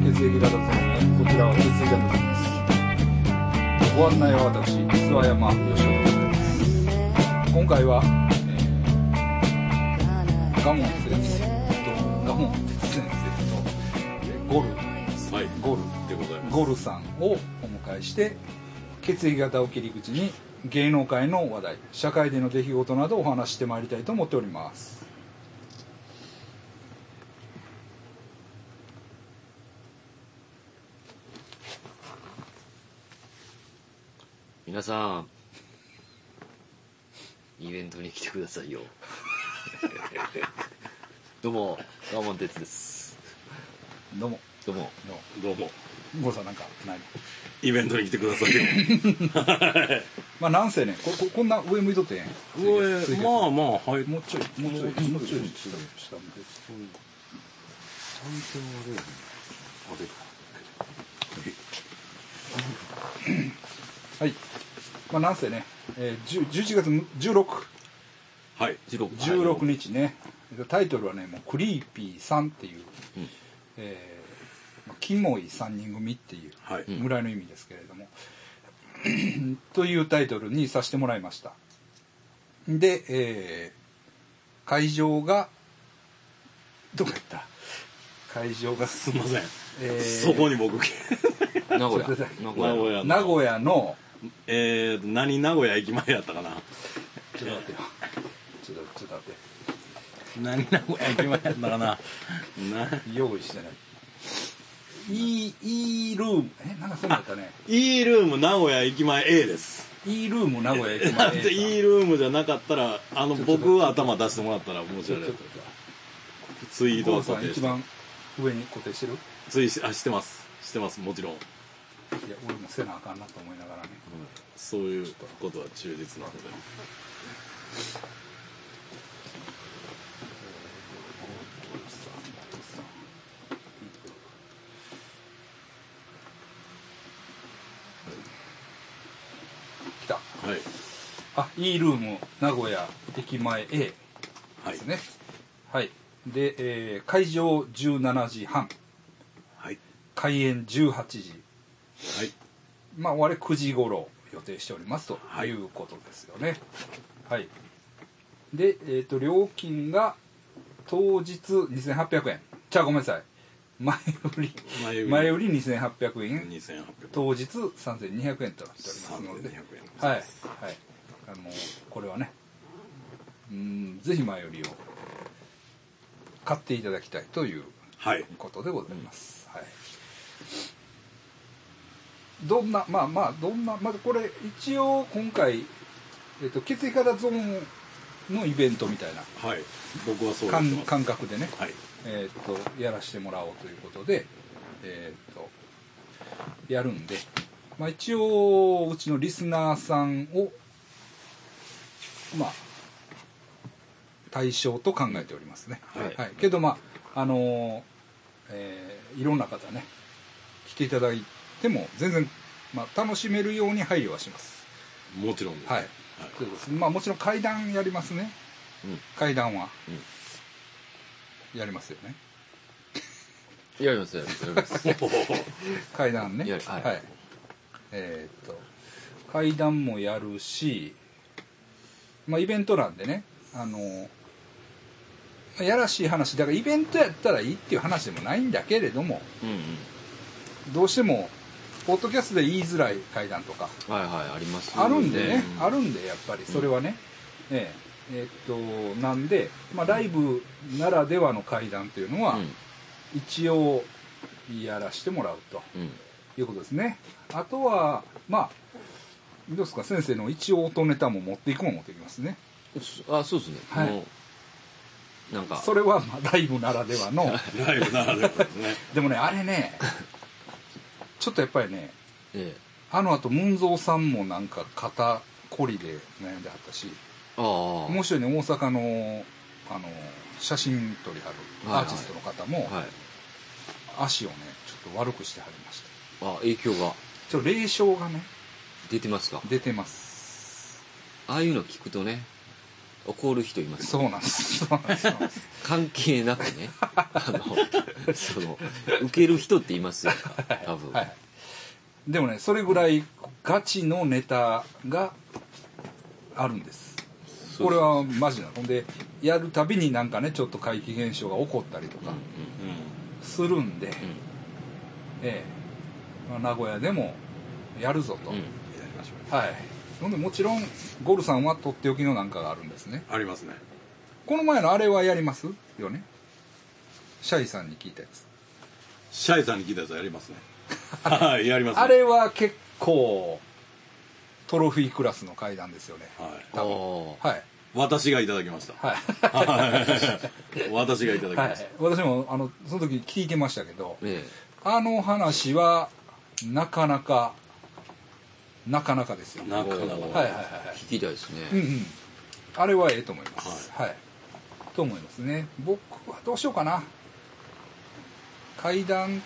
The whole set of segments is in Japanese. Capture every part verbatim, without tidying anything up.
血液型ゾーン、こちらは血液型ゾーンです。ご案内は私、諏訪山義雄でございます。今回は、えー、ガモン先生と、ガモン哲先生と、ゴル、 はい、 ゴルでございます。 ゴルさんをお迎えして、血液型を切り口に芸能界の話題、社会での出来事などをお話ししてまいりたいと思っております。 皆さんイベントに来てくださいよどうもガモン哲です。 どうもどうもどうもゴルさんなんかないの？ イベントに来てくださいよまあなんせね こ, こ, こんな上向いとってん上まあまあはいもうちょいもうちょいもうちょい下向いて三点割れはい、まあなんせね、えー、じゅういちがつじゅうろくはいじゅうろくにちね、タイトルはねもうクリーピーさんっていう、うんえー、キモいさんにん組っていうぐらいの意味ですけれども、はい、というタイトルにさせてもらいました。で、えー、会場がどこやった会場がすいません、 えー、 そこに僕名古屋名古屋名古屋のえー何名古屋駅前やったかな。 ちょっと待ってよちょっとちょっと待って何名古屋駅前やったかなな用意してない E, E ルームえなんかそうだったね E ルーム名古屋駅前 A です。 E ルーム名古屋駅だっ前 A て E ルームじゃなかったらあの僕は頭出してもらったら申し訳ない。ツイートは固定して一番上に固定してるツイあしてますしてますもちろん。 いや俺もせなあかんなと思いながらね、 うん、そういうことは忠実なので来た。 はいあ E ルーム名古屋駅前 A ですね。はい、はい、で、えー、会場じゅうしちじはん、 はい、 開演じゅうはちじ、 はいまあ我々くじ頃予定しておりますということですよね。はい。で、えっと料金が当日にせんはっぴゃくえん。じゃあごめんなさい。前売り前売りにせんはっぴゃくえん。 にせんはっぴゃくえん。 当日さんぜんにひゃくえんとなっておりますので。はいはい。あのこれはね、うんぜひ前売りを買っていただきたいということでございます。はい。はいどんなまあまあどんなまずこれ一応今回、えっと、血液型ゾーンのイベントみたいな、 はい、僕はそう感, 感覚でね、 はいえっとやらせてもらおうということで、えっとやるんで、まあ、一応うちのリスナーさんをまあ対象と考えておりますね。 はいはい、けどまああのーえー、いろんな方ね来ていただいてでも全然、まあ、楽しめるように配慮はします。 もちろんです。 はい。そうです。まあもちろん階段やりますね。うん、階段は、うん、やりますよね。 やりますやります。 階段ね。 はい。 はい、えー、っと階段もやるし、まあイベントなんでね、あのやらしい話だからイベントやったらいいっていう話でもないんだけれども、うんうん、どうしてもポッドキャストで言いづらい階段とかはいはいあります、 ね、あるんでね、うん、あるんでやっぱりそれはね、うん、えええー、っとなんで、まあ、ライブならではの階段というのは、うん、一応やらしてもらうと、うん、いうことですね。あとはまあどうですか先生の一応音ネタも持っていくも持っていきますね。 あそうですね。 はい。 もうなんかそれはまあライブならではのライブならではですね。 でもねあれね。ちょっとやっぱりね、 ええ、 あのあとムンゾーさんもなんか肩こりで悩んではったし、 あもう一人ね大阪のあの写真撮りはるアーティストの方も、はいはい、足をねちょっと悪くしてはりました。 あ影響がちょっと冷傷がね出てますか？ 出てます。 ああいうの聞くとね怒る人います。 そうなんですそうなんですそうなんです関係なくねあのその受ける人っていますよ多分、はいはい、 でもねそれぐらいガチのネタがあるんです。これはマジなの。ほんでやるたびになんかねちょっと怪奇現象が起こったりとかするんで、うんうん、ええ、まあ、名古屋でもやるぞと、うん、やりましょう。はい。ほんでもちろんゴルさんはとっておきのなんかがあるんですね。 ありますね。 この前のあれはやりますよね。シャイさんに聞いたやつ。 シャイさんに聞いたやつはやりますね。はい、やりますね。 あれは結構トロフィークラスの階段ですよね。 はい。 多分。はい。 私がいただきました。はい。私がいただきました。 はい、私もあのその時聞いてましたけど、 ええ、 あの話はなかなかなかなかですよ。 なかなか。はいはいはい。聞きたいですね。 うんうん。あれはええと思います。はい。はい、と思いますね。僕はどうしようかな。階段、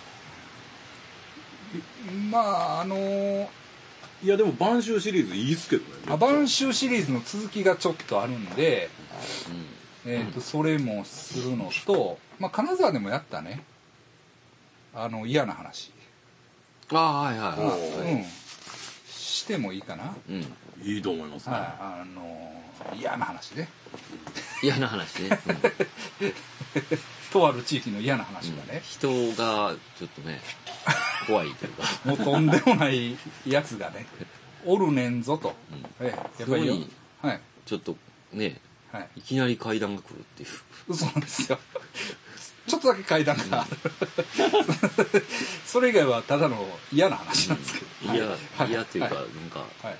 まああのー、 いやでも晩秋シリーズいいっすけどね。 あ、晩秋シリーズの続きがちょっとあるんで、うん、えっとそれもするのと、まあ金沢でもやったね。あの嫌な話。 ああはいはいはい。 うん。してもいいかな。 うん。 いいと思いますね。はい、 あの嫌な話ね。 嫌な話ね。うん、 とある地域の嫌な話がね、 うん、人がちょっとね怖いというかもうとんでもないやつがねおるねんぞと、 うん、えやっぱりはい、ちょっとね、はい、いきなり階段が来るっていう嘘なんですよちょっとだけ階段が、うん、それ以外はただの嫌な話なんですけど、 うん、嫌、はい、嫌っていうか、はい、なんか、はい、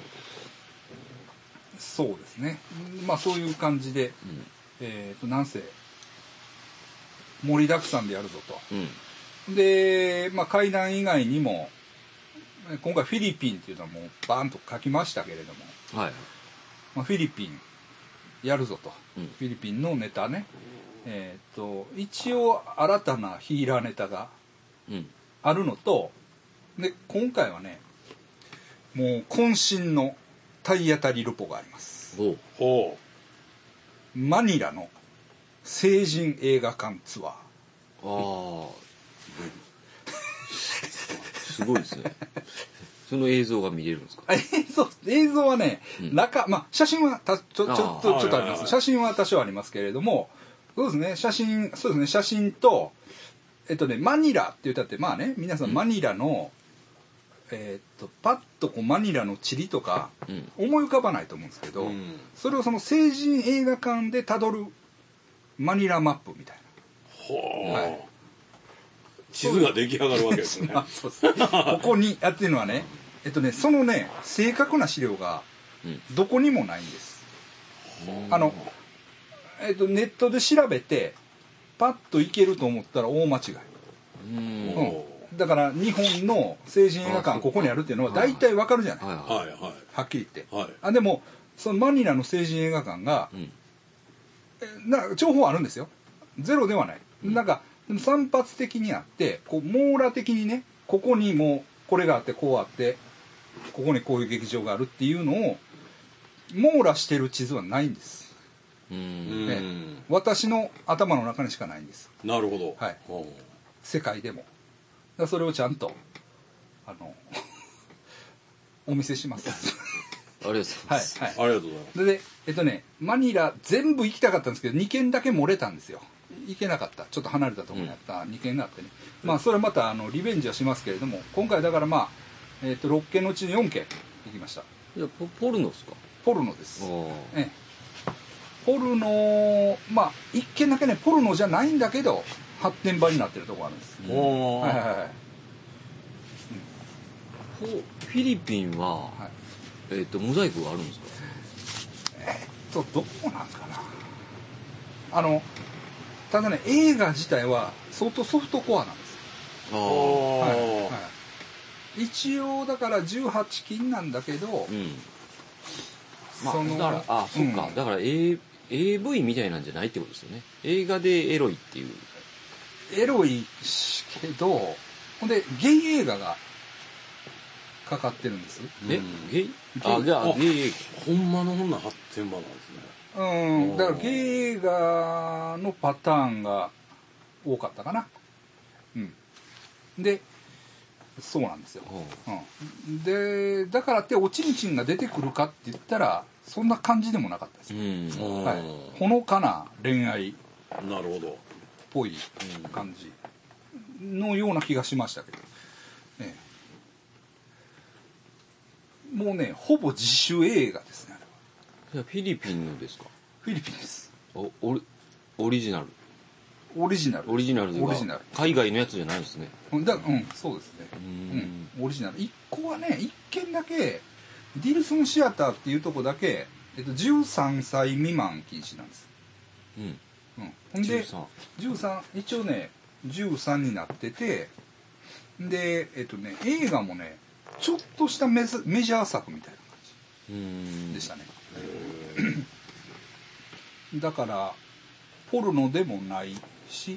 そうですね。まあそういう感じで、うん、えっとなんせ盛りだくさんでやるぞと、うん、で、まあ、階段以外にも今回フィリピンっていうのはもうバーンと書きましたけれども、はい、まあ、フィリピンやるぞと、うん、フィリピンのネタね、えー、っと一応新たなヒーラーネタがあるのと、で今回はねもう渾身の体当たりルポがあります。おおマニラの成人映画館ツアー。ああすごいですねその映像が見れるんですか。 映像映像はね、うん、中まあ写真はたちょちょっとちょっとあります。写真は多少ありますけれども、そうですね写真そうですね写真とえっとねマニラって言ったってまあね皆さんマニラの、うん、えー、っとパッとこうマニラの地理とか思い浮かばないと思うんですけど、うん、それをその成人映画館でたどるマニラマップみたいな。 ほー、はい、地図が出来上がるわけですね。 そうですここにやってるのはね、えっとねそのね正確な資料がどこにもないんです。うん、あのえっとネットで調べてパッと行けると思ったら大間違い。うん、うん、だから日本の成人映画館ここにあるっていうのは大体わかるじゃない。はいはいはい。はっきり言って。はい、あでもそのマニラの成人映画館が、うんな情報あるんですよ。ゼロではない。うん、なんか散発的にあってこう網羅的にねここにもうこれがあってこうあってここにこういう劇場があるっていうのを網羅してる地図はないんです。うん、ね、私の頭の中にしかないんです。 なるほど。 はい。世界でもだそれをちゃんとあのお見せします。 ありがとうございます。 はい、はい、ありがとうございます。 で、えっとね、マニラ全部行きたかったんですけど、にけんだけ漏れたんですよ。行けなかった。ちょっと離れたところにあったにけんがあってね。うん、まあ、それはまたあのリベンジはしますけれども、今回だからまあ、えっと、ろっけんのうちよんけん行きました。 いや、ポ、ポルノですか？ ポルノです。ええ、ポルノ、まあ、いっけんだけね、ポルノじゃないんだけど、発展場になってるところあるんです。うん、はいはいはい。 うん、フィリピンは、はい、えー、とモザイクがあるんですか？ えー、っとどうなんかなあのただね映画自体は相当ソフトコアなんですよ。あ、はいはい、一応だからじゅうはちきんなんだけど、うん、 まあ、そのだからあそっか、うん、だから、A、エーブイ みたいなんじゃないってことですよね。映画でエロいっていうエロいけどほんでゲイ映画がかかってるんです。 え、ゲイ？あ、じゃあゲイほんまのほんな発展場なんですね。 うんだから映画のパターンが多かったかな。うんでそうなんですよ、うん、でだからっておちんちんが出てくるかって言ったらそんな感じでもなかったです、うんはい、ほのかな恋愛なるほどっぽい感じのような気がしましたけど、ね、もうねほぼ自主映画ですね。 フィリピンのですか？ フィリピンです。 おオリ、オリジナルオリジナルオリジナルでは海外のやつじゃないですね。 だうんそうですね。うん、オリジナルいっこはねいっけんだけディルソンシアターっていうとこだけ、えっと、じゅうさんさい未満禁止なんです。うん、うん、ほんでじゅうさん、じゅうさん一応ねじゅうさんになっててでえっとね映画もねちょっとしたメズメジャー作みたいな感じでしたね。だからポルノでもないし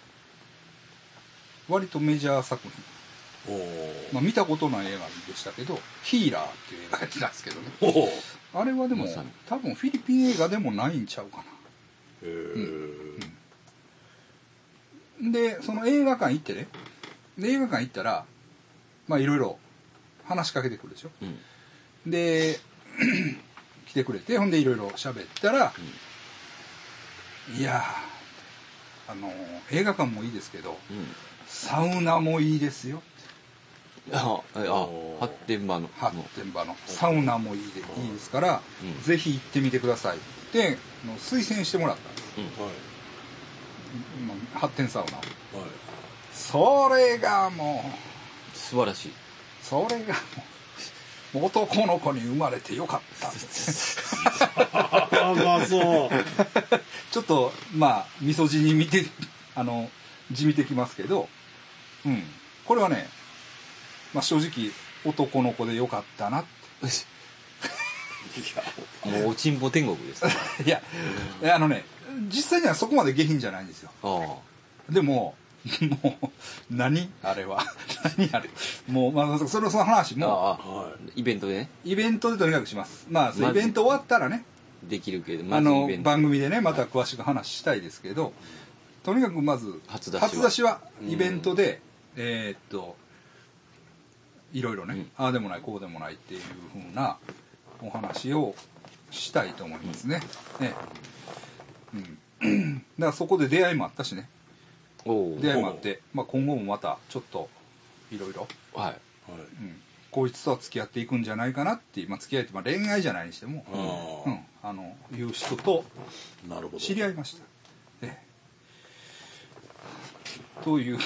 割とメジャー作品、お、まあ、見たことない映画でしたけどヒーラーっていう映画やってたんですけどねあれはでも多分フィリピン映画でもないんちゃうかな。へー、うん、でその映画館行ってねで映画館行ったらまあいろいろ話しかけてくるでしょ、うん、で来てくれてほんでいろいろ喋ったら、うん、いやあの映画館もいいですけど、うん、サウナもいいですよ。 ああ発展場の発展場のサウナもいいでいいですから、うん、ぜひ行ってみてくださいっての推薦してもらったんです、うんはい、発展サウナ、はい、それがもう素晴らしい。 それがもう男の子に生まれてよかったあまあそうちょっとまあみそじに見てあの地味てきますけど、うん、これはね、まあ、正直男の子でよかったなってもうおちんぽ天国です、ね、 いやあのね実際にはそこまで下品じゃないんですよ。あでももう何あれは何あれもう、まあ、そのその話もあイベントでねイベントでとにかくします。まあ、まあ、イベント終わったらねできるけど、 ま、あの番組でねまた詳しく話したいですけどとにかくまず初出しは、 初出しはイベントでえー、っといろいろね、うん、ああでもないこうでもないっていう風なお話をしたいと思いますね。うんねうん、だからそこで出会いもあったしね出会いもあって、まあ、今後もまたちょっといろいろこいつとは付き合っていくんじゃないかなっていう、まあ、付き合いってまあ恋愛じゃないにしても、うん、あのいう人と知り合いました。ええ、という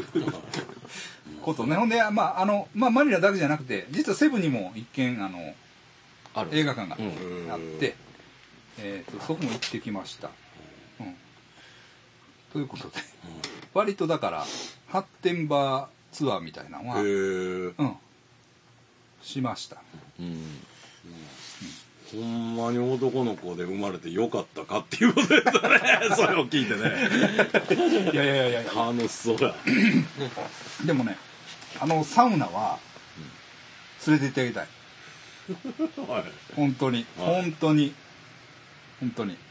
ことね。ほんで、まああのまあ、マニラだけじゃなくて実はセブンにも一見あのある映画館があって、うんえー、とそこも行ってきました。うんということで、うん、割とだから発展場ツアーみたいなのは、うん、しました、うんうん、ほんまに男の子で生まれてよかったかっていうことですねそれを聞いてねいやいやいやいや楽しそうやでもねあのサウナは連れて行ってあげたいはい、本当に、はい、本当に本当に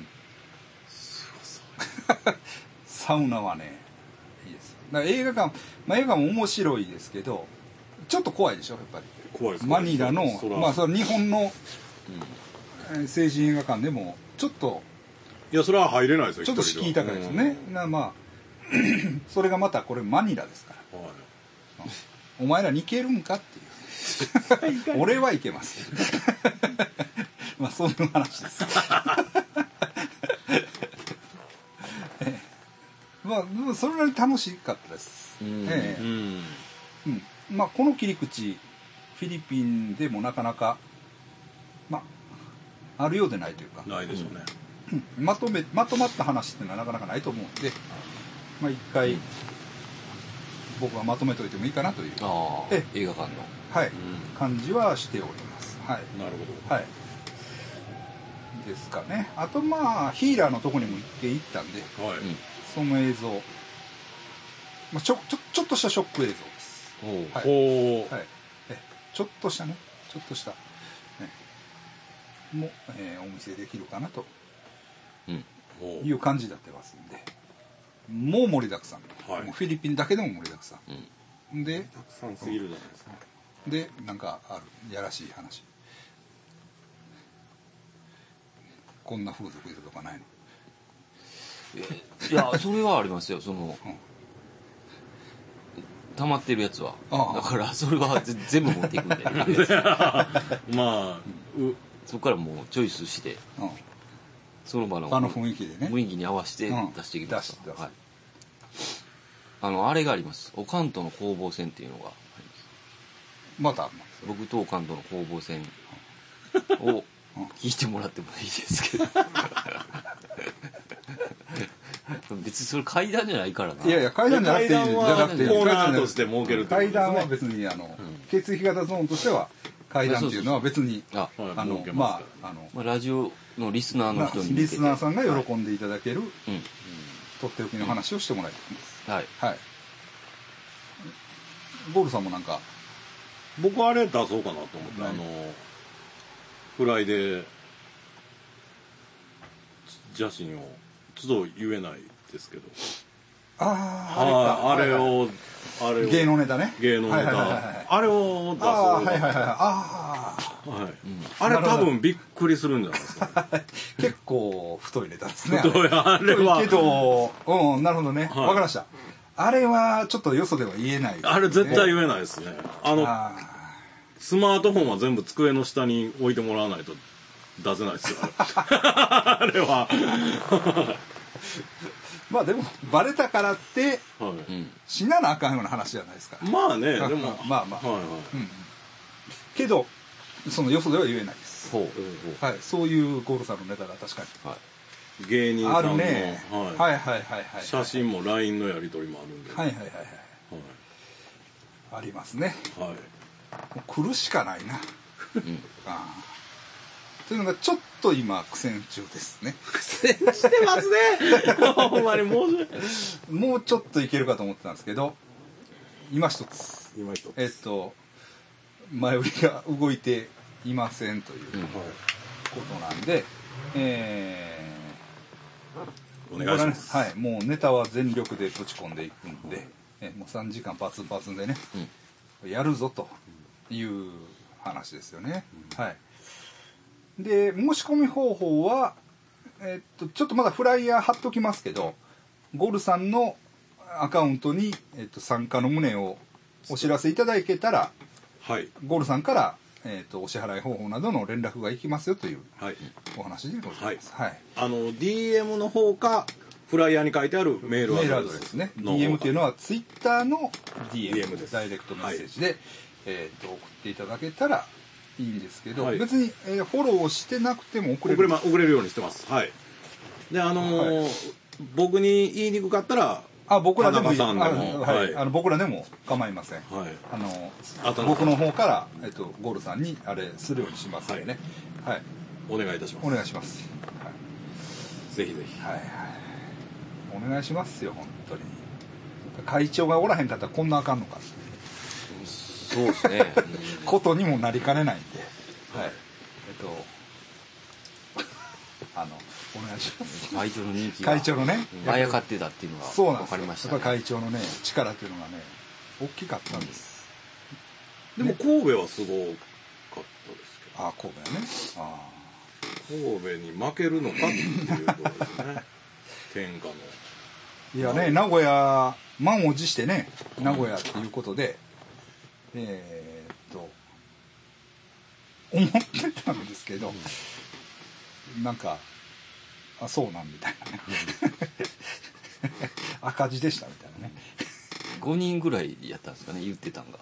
サウナはねいいです。だから映画館、まあ、映画も面白いですけどちょっと怖いでしょやっぱり。 怖いです。 マニラのまあそれ日本の、うん、成人映画館でもちょっといやそれは入れないですよ。 ちょっと敷居高いですね。なまあそれがまたこれマニラですから、はい、お前らに行けるんかっていう俺は行けますまあそういう話ですまあ、それなりに楽しかったです。うんええうんうんまあ、この切り口フィリピンでもなかなか、まあ、あるようでないというかないでしょうね、 うん、まとめまとまった話っていうのはなかなかないと思うんで、まあ、一回、うん、僕はまとめておいてもいいかなというあえ映画館の、 はい、うん、感じはしております。はい、 なるほど、はい、 ですかね。あとまあヒーラーのとこにも一回行ったんで、はい、その映像、まあ、ちょちょちょっとしたショック映像です。おはい、はい、えちょっとしたねちょっとした、ね、 も、えー、お見せできるかなとうんいう感じになってますんで、もう盛りだくさん、 はい、 もうフィリピンだけでも盛りだくさん、うん、でたくさんすぎるじゃないですか。 でなんかあるやらしい話、こんな風俗いるとかないの？ いやそれはありますよ、その、 うん、 溜まってるやつは。 ああだからそれは全部持っていくんでまあ、うん、 そこからもうチョイスして、うん、その場の場の雰囲気でね、 雰囲気に合わせて出していきます、 うん、出し、 はい、あのあれがあります、オカンとの攻防戦っていうのがあります。また僕とオカンとの攻防戦を聞いてもらってもいいですけど別にそれ階段じゃないからな。 いやいや階段じゃなくていい、じゃなくていい、 コーナーとして設けるってことですね。 階段は別にあの、うん、血液型ゾーンとしては階段っていうのは別にああのまああの、 まあ、ラジオのリスナーの人にリスナーさんが喜んでいただける、はい、 うん、 とっておきの話をしてもらいたいです、 はいはい。ゴールさんもなんか僕はあれ出そうかなと思って、はい、あのフライで邪神を都度言えないですけど、 あああれをあれを芸能ネタね、 芸能ネタ、はいはいはいはい、あれを出そう。あはいはいはい、ああ、はい、うん、あれ多分びっくりするんじゃないですか結構太いネタですね。 太いあれはけど、うん、なるほどね、はい、分かりました。あれはちょっとよそでは言えないですね。 あれ絶対言えないですね。あのあスマートフォンは全部机の下に置いてもらわないと出せないですよあれはまあでもバレたからって、 はい、 死ななあかんような話じゃないですか。 まあね、でもまあまあ、 はいはい、 うん、けどそのよそでは言えないです。 ほうほう、 はい、そういうゴールさんのネタが確かに、 はい、 芸人さんの、 ね、はい、はいはいはいはい、 写真も ライン のやり取りもあるんで、 はいはいはいはい、はい、ありますね。 はい、 もう来るしかないな、 うん、 あというのがちょっと今苦戦中ですね。 苦戦してますねほんまにもうもうちょっといけるかと思ってたんですけど、今一つ今一つえっと前売りが動いていませんということなんで、うん、えー、お願いします。 はい、もうネタは全力でぶち込んでいくんで、えもうさんじかんパツンパツンでね、うん、やるぞという話ですよね、うん、はい。で申し込み方法は、えっとちょっとまだフライヤー貼っときますけど、ゴルさんのアカウントに、えっと、参加の旨をお知らせいただけたら、 はい、 ゴルさんから、えっと、お支払い方法などの連絡がいきますよというお話でございます、はいはい、 あの ディーエム の方かフライヤーに書いてあるメールアドレス、メールアドレスね。 ディーエム っていうのはツイッターの ディーエムディーエム です。 ダイレクトメッセージで、はい、えー、と送っていただけたらいいんですけど、はい、別に、えー、フォローしてなくても送れる、 送れ、ま、送れるようにしてます。はい。であのーはい、僕に言いにくかったらあ僕らでもいい、 さんでも、 はいはい、あの僕らでも構いません、はい、あの僕の方から、えっと、ゴールさんにあれするようにしますよね、はい、はい、 お願いいたします。 お願いします、はい、 ぜひぜひ、 はいはい、お願いしますよ本当に。会長がおらへんかったらこんなあかんのか、 そうですねことにもなりかねないんで、はい、えっとあのお願いします。 会長の人気が会長のねあやかってたっていうのが分かりましたね。 やっぱり会長のね力っていうのがね大きかったんです、 うん、でも神戸はすごかったですけど、 ああ神戸はね、あ神戸に負けるのかっていうところですね天下のいやね、名古屋満を持してね名古屋っていうことで、うん、えー、っと思ってたんですけど、うん、なんかあそうなんみたいなね赤字でしたみたいなねごにんぐらいやったんですかね言ってたんが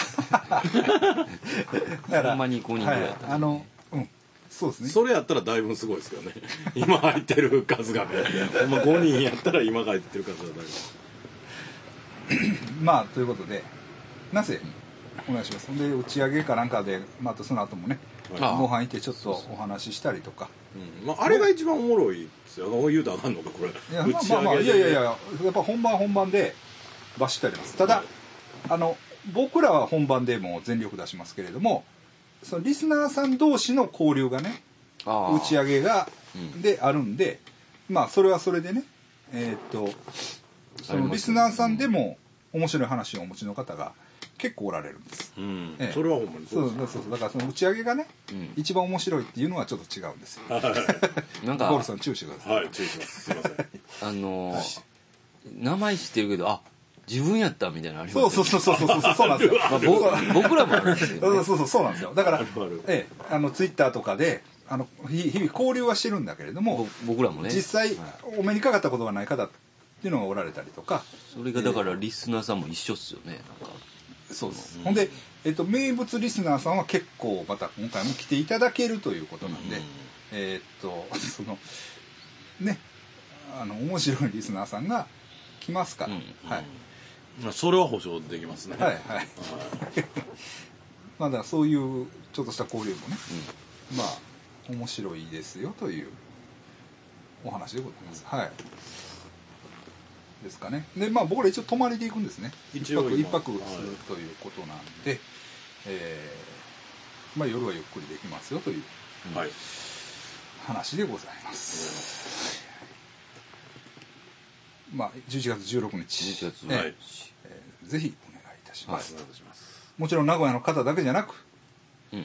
ほんまにごにんぐらいやったんですね、はい、あのうんそうですね。 それやったらだいぶすごいですけどね今入ってる数がねほんまごにんやったら今入ってる数がだいぶまあということでなぜお願いします。で打ち上げかなんかでまたその後もね、はい、ご飯行ってちょっとお話ししたりとか、 うんまあ、あれが一番おもろいですよ。言うとあかんのかこれ。 いやまあまあまあいやいやいややっぱ本番本番でバシッとやります。ただ、はい、あの僕らは本番でも全力出しますけれども、そのリスナーさん同士の交流がね打ち上げが、うん、であるんで、まあそれはそれでね、えー、っとそのリスナーさんでも面白い話をお持ちの方が結構おられるんです、 うんええ、それはほんまにそうそうそうそうだからその打ち上げがね、うん、一番面白いっていうのはちょっと違うんですよなんかゴールさん注意してください。 はい注意しますすいませんあのーはい、名前知ってるけどあ自分やったみたいなのありますよね。そうそうそうそうそうそうなんですよ。まあ、 僕らもあるんですけど、 ね、そうそうそうなんですよ。だからあるええあのツイッターとかであの日々交流はしてるんだけれども、 僕らもね実際お目にかかったことがない方っていうのがおられたりとか、 それがだからリスナーさんも一緒っすよね。なんかそうです。うん、ほんでえっと名物リスナーさんは結構また今回も来ていただけるということなんで、うん、えー、っとそのねあの面白いリスナーさんが来ますから、うん、はい。 それは保証できますね。 はいはい。まあだからそういうちょっとした交流もね、うん、まあ面白いですよというお話でございます。うん、はい。ですかね。でまあ僕ら一応泊まりで行くんですね。一泊一泊するということなんで、はい、えー、まあ夜はゆっくりできますよという話でございます。はいまあ、じゅういちがつじゅうろくにち、 じゅういちがつ、 はいえー、ぜひお願いいたします。はい、もちろん名古屋の方だけじゃなく、うん、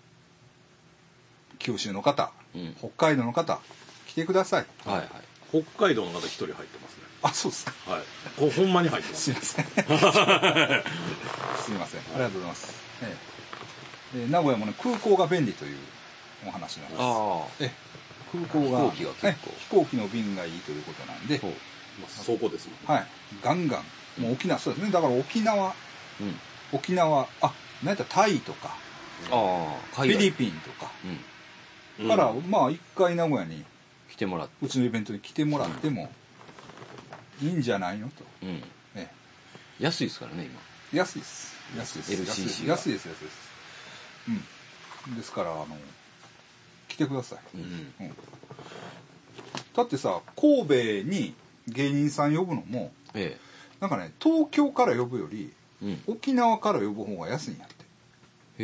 九州の方、うん、北海道の方来てください。 はいはい、北海道の方一人入ってますね。 あ、そうですか。 はい。こほんまに入ってます。 すいません。すいません。ありがとうございます。ええ、名古屋もね空港が便利というお話なんです。あえ空港が飛行機が結構飛行機の便がいいということなんで。 まあ、そこですもんね。 はい。ガンガン。もう沖縄、そうですね。だから沖縄、うん、沖縄、あ、なんやったらタイとか、あフィリピンとか、うん、から、まあ一回名古屋に来てもらって、 うちのイベントに来てもらってもいいんじゃないのと。うんええ、安いですからね、 今。安いです。安いです。 エルシーシー安いです、安いです。うん。ですから、あの、来てください。うんうん、だってさ、神戸に、芸人さん呼ぶのも、ええ、なんかね東京から呼ぶより、うん、沖縄から呼ぶ方が安いんやって。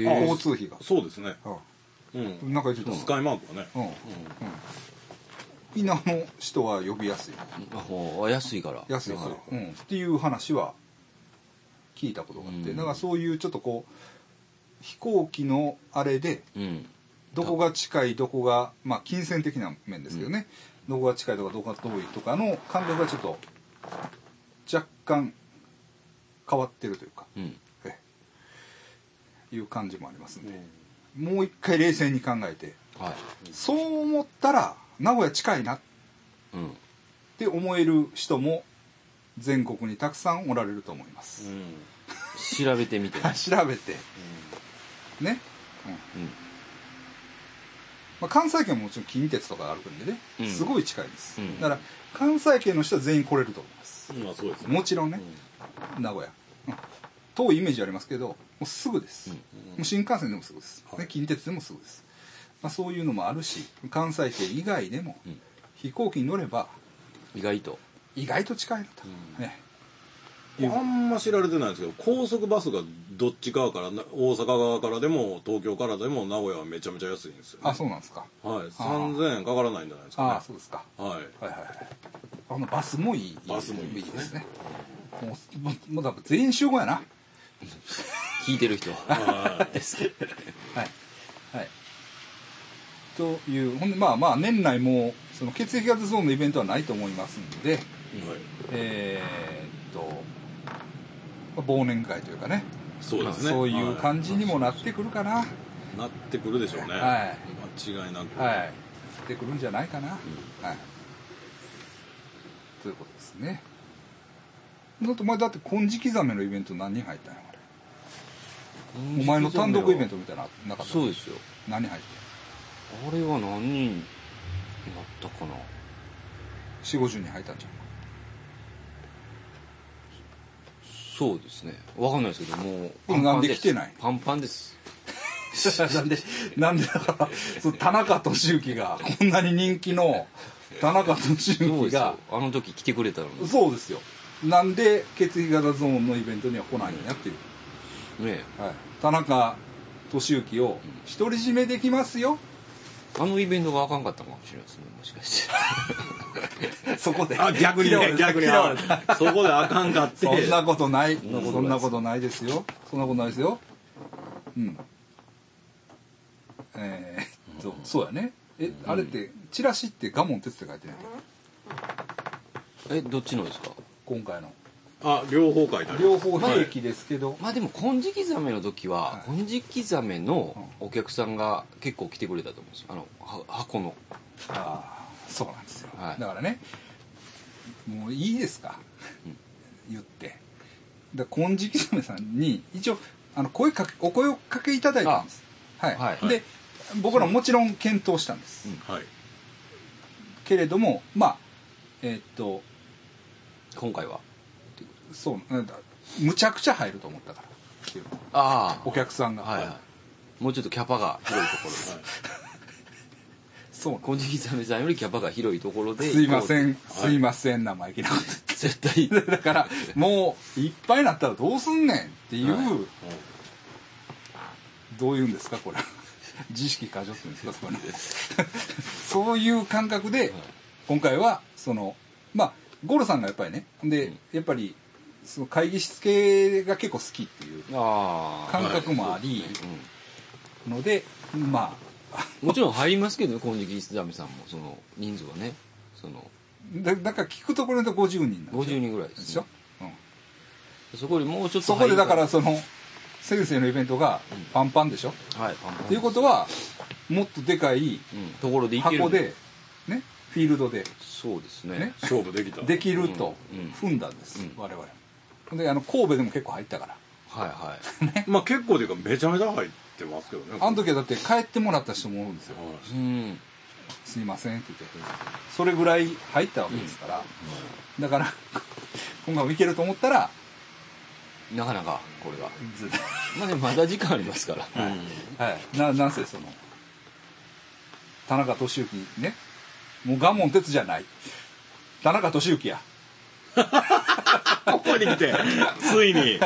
交通費が。 そうですね。 ああうん、なんか言ってたスカイマークはね、うんうんうん、 沖縄の人は呼びやすい。 あ安いから。 安いから、うん、っていう話は聞いたことがあって、うん、だからそういうちょっとこう飛行機のあれで、うん、どこが近いどこがまあ金銭的な面ですけどね。うんどこが近いとかどこが遠いとかの感覚がちょっと若干変わってるというか、うん、えいう感じもありますんで、うん、もう一回冷静に考えて、はい、そう思ったら名古屋近いなって思える人も全国にたくさんおられると思います、うん、 調べてみて調べて、うん、ね、うんうんまあ、関西圏ももちろん近鉄とかあるんでね、うん、すごい近いです、うん、だから関西圏の人は全員来れると思います、 うんまあそうですね、 もちろんね、うん、名古屋、うん、遠いイメージありますけどもうすぐです、うん、もう新幹線でもすぐです、はいね、近鉄でもすぐです、まあ、そういうのもあるし関西圏以外でも飛行機に乗れば意外と意外と近いのと、ねあんま知られてないんですけど高速バスがどっち側から大阪側からでも東京からでも名古屋はめちゃめちゃ安いんですよ、ね、 あそうなんですかはいさんぜんえんかからないんじゃないですかねあそうですか、 はい、はいはいはいあのバスもいいバスもいいですね、いいですねもうもうだから全員集合やな聞いてる人ですはいはいというほんでまあまあ年内もその血液型ゾーンのイベントはないと思いますので、はい、えー、っと忘年会というかねそうですねそういう感じにもなってくるかな、 なってくるでしょうね、 はい、 間違いなくはいなってくるんじゃないかな、うん、はいということですねだってお前だって金色ザメのイベント何人入ったんやあれお前の単独イベントみたいななかったそうですよ何人入ってあれは何人やったかなよんじゅうごじゅうにん入ったんじゃんそうですね分かんないですけどもうパンパンなんで来てないパンパンですなんでなんでだからそ田中俊之がこんなに人気の田中俊之があの時来てくれたのにそうですよなんで血液型ゾーンのイベントには来ないんやっていうねえ、はい、田中俊之を独り占めできますよあのイベントがあかんかったかもしれないですね、もしかしてそこであ逆にね逆にあそこであかんかってそんなことないそんなことないですよそんなことないですようんえー、っと、うん、そうやねえ、うん、あれってチラシってガモンテツって書いてないえどっちのですか今回のあ両方書いてある両方平気ですけど、 まあ、まあでも金色ザメの時は、はい、金色ザメのお客さんが結構来てくれたと思うんですよあの箱のああそうなんですよ、 はい、 だからねもういいですか、うん、言ってだ金色ザメさんに一応あの声かけお声をかけいただいたんですはい、はい、で僕らももちろん検討したんです、うんはい、けれどもまあえー、っと今回はそうなんだむちゃくちゃ入ると思ったからっていうああお客さんが、 はいはい、もうちょっとキャパが広いところで、はい、 そう金色ザメさんよりキャパが広いところですいませんすいません生意気なこと絶対だからもういっぱいになったらどうすんねんっていう、はい、どういうんですかこれ自意識過剰って言うんですかそれそういう感覚で、はい、今回はそのまあゴルさんがやっぱりねで、うん、やっぱりその会議室系が結構好きっていう感覚もありのでまあもちろん入りますけどね金色ザメさんもその人数はねそのだだから聞くところでごじゅうにんなんでしょごじゅうにんぐらいです、ね、 でしょ、うん、 そこにもうちょっとそこでだからその先生のイベントがパンパンでしょ、 うん、はいパンパンっていうことはもっとでかい、 うん、ところで箱でねフィールドでそうですねね勝負できたできると踏んだんです、うん、我々であの神戸でも結構入ったからはいはいね、まあ結構というかめちゃめちゃ入ってますけどねあの時はだって帰ってもらった人もおるんですよ、 うん、 すいませんって言ってそれぐらい入ったわけですから、うん、だから今回もいけると思ったらなかなかこれがまあねまだ時間ありますからはい、はい、ななんせその田中俊之ねもう我門鉄じゃない田中俊之やここに来てついに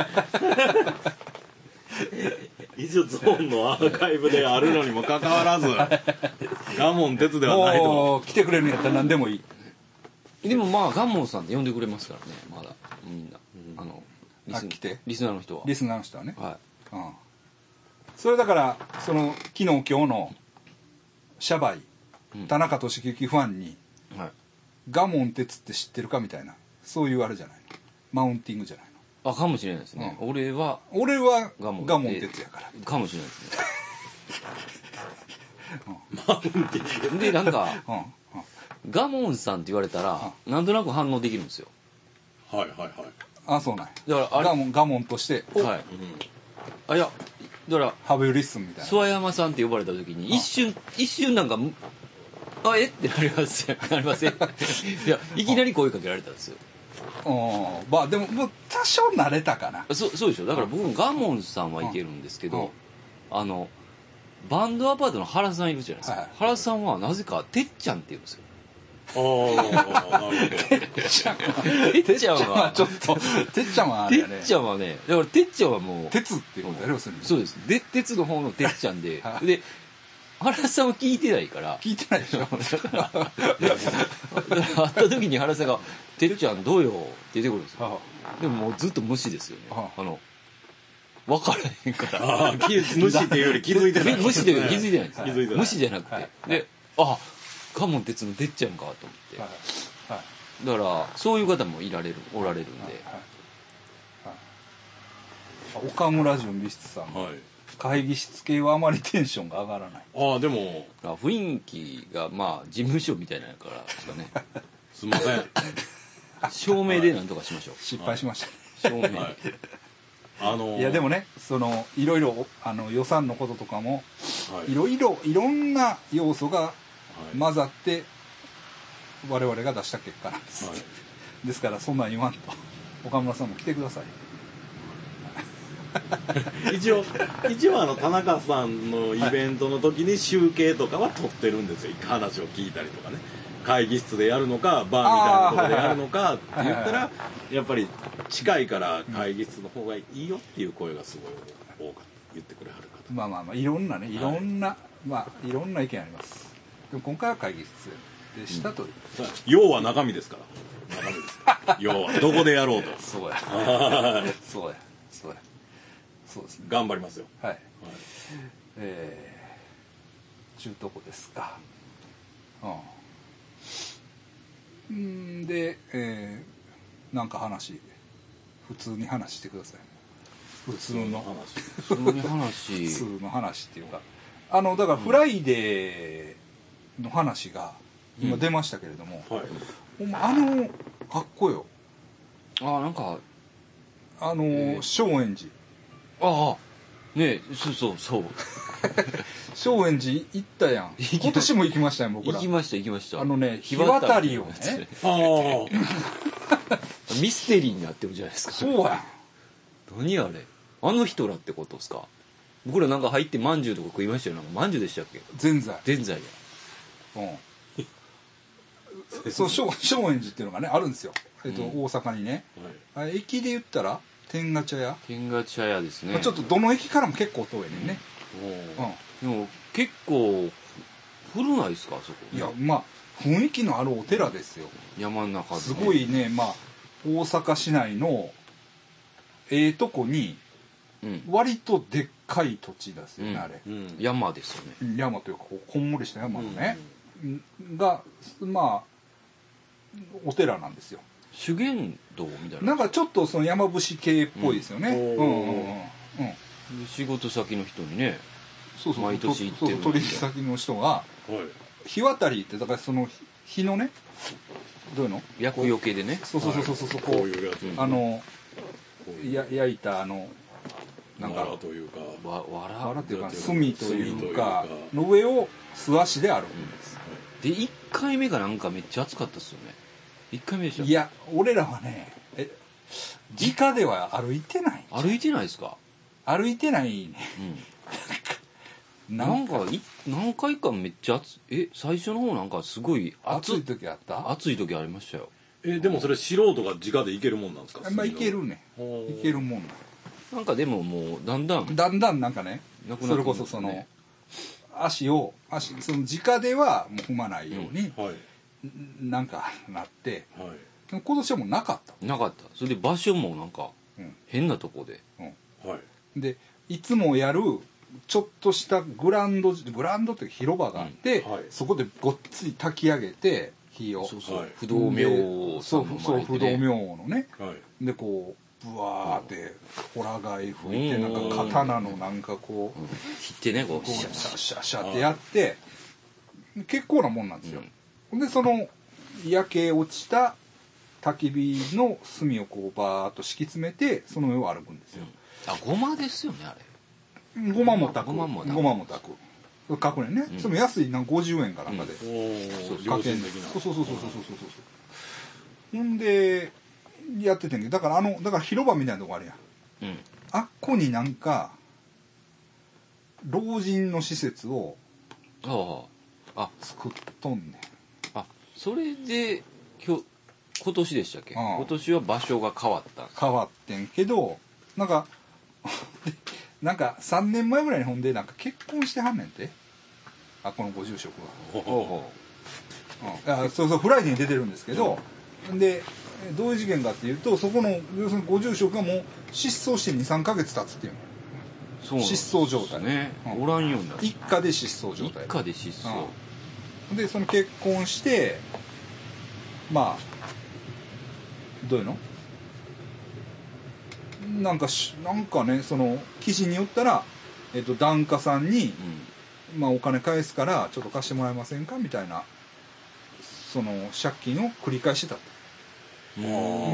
一応ゾーンのアーカイブであるのにもかかわらず我門鉄ではないともう来てくれるんやったら何でもいいでもまあ我門さんって呼んでくれますからねまだみんな、うん、あのリス, 来てリスナーの人はリスナーの人はね、 はい、 うん、それだからその昨日今日のシャバイ、うん、田中俊之ファンに、はい、我門鉄って知ってるかみたいなそういうあれじゃないのマウンティングじゃないのあかもしれないですね、うん、俺は俺は我門鉄やからかもしれないですね、 うん、マウンティングでなんか、うんうん、我門さんって言われたら、うん、なんとなく反応できるんですよはいはいはいあそうなんやだからあれ我門我門としてはい、うん、あいやだからハブリッスンみたいな諏訪山さんって呼ばれた時に一瞬一瞬なんかあえってなりますなりませんいやいきなり声かけられたんですようんまあでももう多少慣れたかなそそうでしょだから僕も我門さんはいけるんですけど、うん、あのバンドアパートの原さんいるじゃないですか、はい、原さんはなぜかてっちゃんって言うんですよああなるほどてっちゃんてっちゃんはちょっとてっちゃんはあれやねてっちゃんはねだからてっちゃんはもう鉄っていうことやろするそうですで鉄の方のてっちゃんでで原さんは聞いてないから聞いてないでしょだから会った時に原さんが「てっちゃんどうよ」って出てくるんですよでももうずっと無視ですよねあの分からへんからあ無視っていうより気づいてない無視で気づいてないんです、 はい、 無視じゃなくて、はい、であ我門鉄のてっちゃんかと思って、はいはい、だからそういう方もいられるおられるんで、はいはい、岡村淳美室さん、はい、会議室系はあまりテンションが上がらないああでも雰囲気がまあ事務所みたいなからですかねすいません照明でなんとかしましょう、はい、 失敗しましたね、 照明、 はいあのー、 いやでもねそのいろいろあの予算のこととかも、はい、いろいろいろんな要素が混ざって我々が出した結果なんです、はい、ですからそんなん言わんと岡村さんも来てください一応一応あの田中さんのイベントの時に集計とかは取ってるんですよ話を聞いたりとかね会議室でやるのかバーみたいなところでやるのかって言ったらやっぱり近いから会議室の方がいいよっていう声がすごい多かった言ってくれはる方まあまあまあいろんなねいろんな、はい、まあいろんな意見ありますでも今回は会議室でしたという、 うん、要は中身ですから中身ですから要はどこでやろうとそうやそうやそうやそうですね頑張りますよはい、はい、えー、中とこですかうんで、えー、なんか話普通に話してください普通の話普通の話普通の話っていうかあのだからフライデーの話が今出ましたけれども、うんはい、あのかっこよあなんかあの松陰寺ああねえそうそうそう松陰寺行ったやん今年も行きましたよ僕ら行きました行きましたあのね日渡りをねあミステリーになってるじゃないですかそうや何あれあの人らってことですか僕らなんか入ってまんじゅうとか食いましたよなんかまんじゅうでしたっけぜんざいぜんざいやうんそう松陰寺っていうのがねあるんですよ、えっとうん、大阪にね、はい、駅で言ったら天下茶屋天下茶屋ですね、 まあ、ちょっとどの駅からも結構遠いねんね、 うん、でも結構古ないですかそこいやまあ雰囲気のあるお寺ですよ山の中で、ね、 すごいねまあ大阪市内のええとこに割とでっかい土地ですよね、うん、あれ、 うん、山ですよね山というかこうこんもりした山のね、うん、がまあお寺なんですよ修験道みたいななんかちょっとその山伏系っぽいですよね、うんうんうんうん、 仕事先の人にねそうそう毎年行ってる取引先の人が、はい、日渡りってだからその日のねどういうの厄除けでねそうそうそうそうそう、はい、こういうやつ、あのや焼いたあのなんかわらというかわわらわらっていうか炭というかの上を素足で歩くんです、 うん、でいっかいめがなんかめっちゃ暑かったっすよねいっかいめでしたいや俺らはねえ直では歩いてない歩いてないですか歩いてないね、 うん、なんかい何回かめっちゃ暑いえ最初の方なんかすごい暑い時あった暑い時ありましたよえでもそれ素人が直で行けるもんなんですかまあ行けるね行けるもんなんかでももうだんだんだんだんなんかねそれこそその足を足その直ではもう踏まないように、うんはい、なんかなって、はい、今年はもうなかったなかったそれで場所もなんか変なとこで、 うんはい、でいつもやるちょっとしたグランドグランドっていう広場があって、うんはい、そこでごっつり焚き上げて火をそうそう、はい、不動明王さんの前で、ね、 そうそう不動明王のね、はい、でこうブワーってホラ貝吹いてなんか刀のなんかこう、うん、 切ってねこうシャシャシャシャってやって結構なもんなんですよ、うん、でその焼け落ちた焚き火の炭をこうバーッと敷き詰めてその上を歩くんですよ、 うん、あごまですよねあれごまも炊くごまも炊くごまも炊く書くねんね、うん、それも安いなんかごじゅうえんかなんかで、うん、 そうそうそうそうそうそうそうほんでやっててんけどだからあのだから広場みたいなとこあるやん、うん、あっこになんか老人の施設をあ作っとんねんあそれで今日今年でしたっけ今年は場所が変わった変わってんけどなんかなんかさんねんまえぐらいにほんでなんか結婚してはんねんてあこのご住職はほうほう、うん、そうそうフライデーに出てるんですけど、うん、でどういう事件かっていうとそこの要するにご住職がもう失踪して にさんかげつ経つっていうのそう失踪状態ね、うん、おらんようになる一家で失踪状態一家で失踪、 うん、でその結婚してまあどういうのなんかしなんかねその記事によったら、えっと、檀家さんに、うんまあ、お金返すからちょっと貸してもらえませんかみたいなその借金を繰り返してたってうん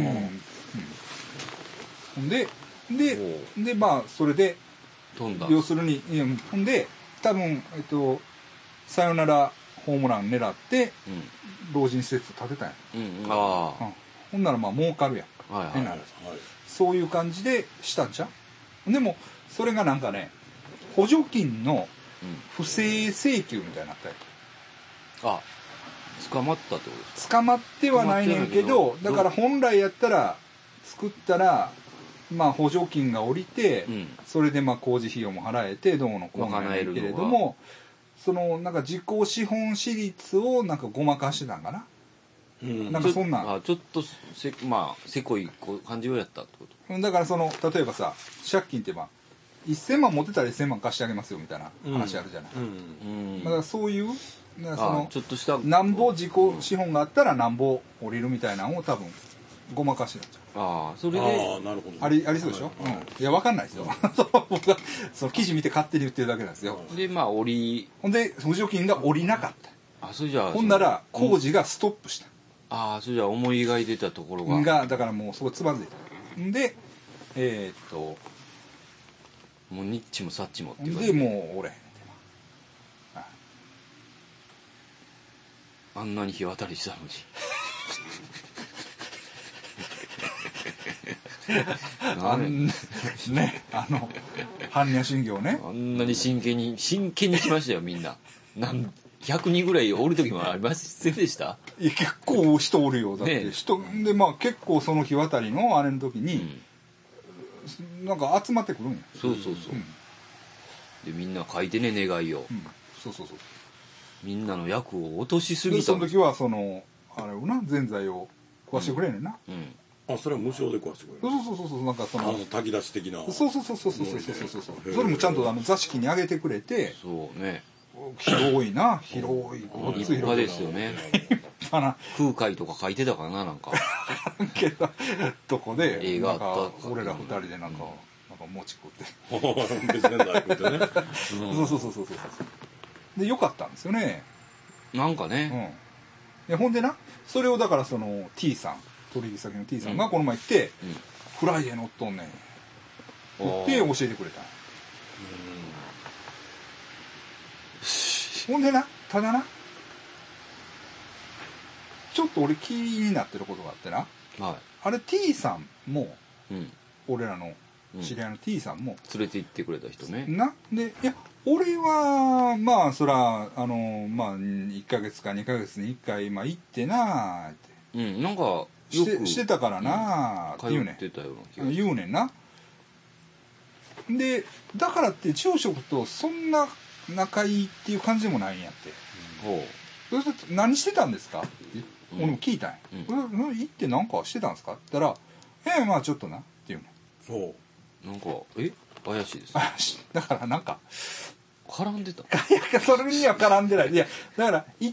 うん、でででまあそれで飛んだ要するにいやほんで多分、えっと、サヨナラホームラン狙って、うん、老人施設建てたんや、うん、ああ、うん、ほんならまあ儲かるやん、はいはいはい、そういう感じでしたんちゃうでもそれがなんかね補助金の不正請求みたいになったり、 うん、あ捕まったってことですか？ 捕まってはないねんけどだから本来やったら作ったらまあ補助金が下りて、うん、それでまあ工事費用も払えてどうのこうのやねんけれどもそのなんか自己資本私立をなんかごまかしてたんかな、うん、なんかそんなあちょっとせまあせこい感じをやったってことだからその例えばさ借金ってまあせんまん持ってたらせんまん貸してあげますよみたいな話あるじゃない、うんうん、だからそういうだからそのちょっとしたなんぼ自己資本があったらなんぼ降りるみたいなのを多分ごまかしてたんちゃう。 ああそれであなるほどありありそうでしょ、はいはい、うん、いや分かんないですよ僕がその記事見て勝手に言ってるだけなんですよ。 でまあ降りほんで補助金が降りなかった。 あそれじゃあほんなら工事がストップした。 ああそれじゃあ思い描いてたところががだからもうそこつまずいたんでえー、っともうニッチもサッチもっていうでもう俺あんなに日渡りしたのにあんねあの般若心経ねあんなに真剣に真剣に来ましたよみんななんひゃくにんぐらいおる時もありませんでした？ いや結構人おるよだって、ね、人でまあ結構その日渡りのあれの時に、うん、なんか集まってくるんや。 そうそうそう、うん、でみんな書いてね願いを、うん、 そうそうそうみんなの役を落としすぎた。 その時はそのあれをなぜんざいを食わしてくれんねんな、うんうんあそれは無償で食わしてくれる。 そうそうそうそうなんかそのあの炊き出し的な。 そうそうそうそうそうそうそうそうそうそれもちゃんとあの座敷にあげてくれて。 そうね。 広いな広いごっつい広いですよね。空海とか書いてたかななんか。 けどどこで映画あった俺ら二人でなんかなんか餅食って。 別に食ってね。 そうそうそうそうそうでよかったんですよね。 なんかね。 うん。でほんでなそれをだからその T さん。取引先の T さんがこの前行って、うん、フライデー乗っとんねんって教えてくれた。ほんでなただなちょっと俺気になってることがあってな、はい、あれ T さんも、うん、俺らの知り合いの T さんも、 うん、連れて行ってくれた人ねなでいや俺はまあそらあのまあいっかげつかにかげつにいっかい、まあ、行ってなーって、 うん、なんかして、してたからなって言うねん。言うねんな。で、だからって住職とそんな仲いいっていう感じでもないんやって。うん、何してたんですかって俺も聞いたんや。うん、行って何かしてたんですかって言ったら、ええまあちょっとなって言うねん。 そう。なんか、え怪しいです、 ね。怪しい。だからなんか、 絡んでたいや、それには絡んでない。いや、だから行って、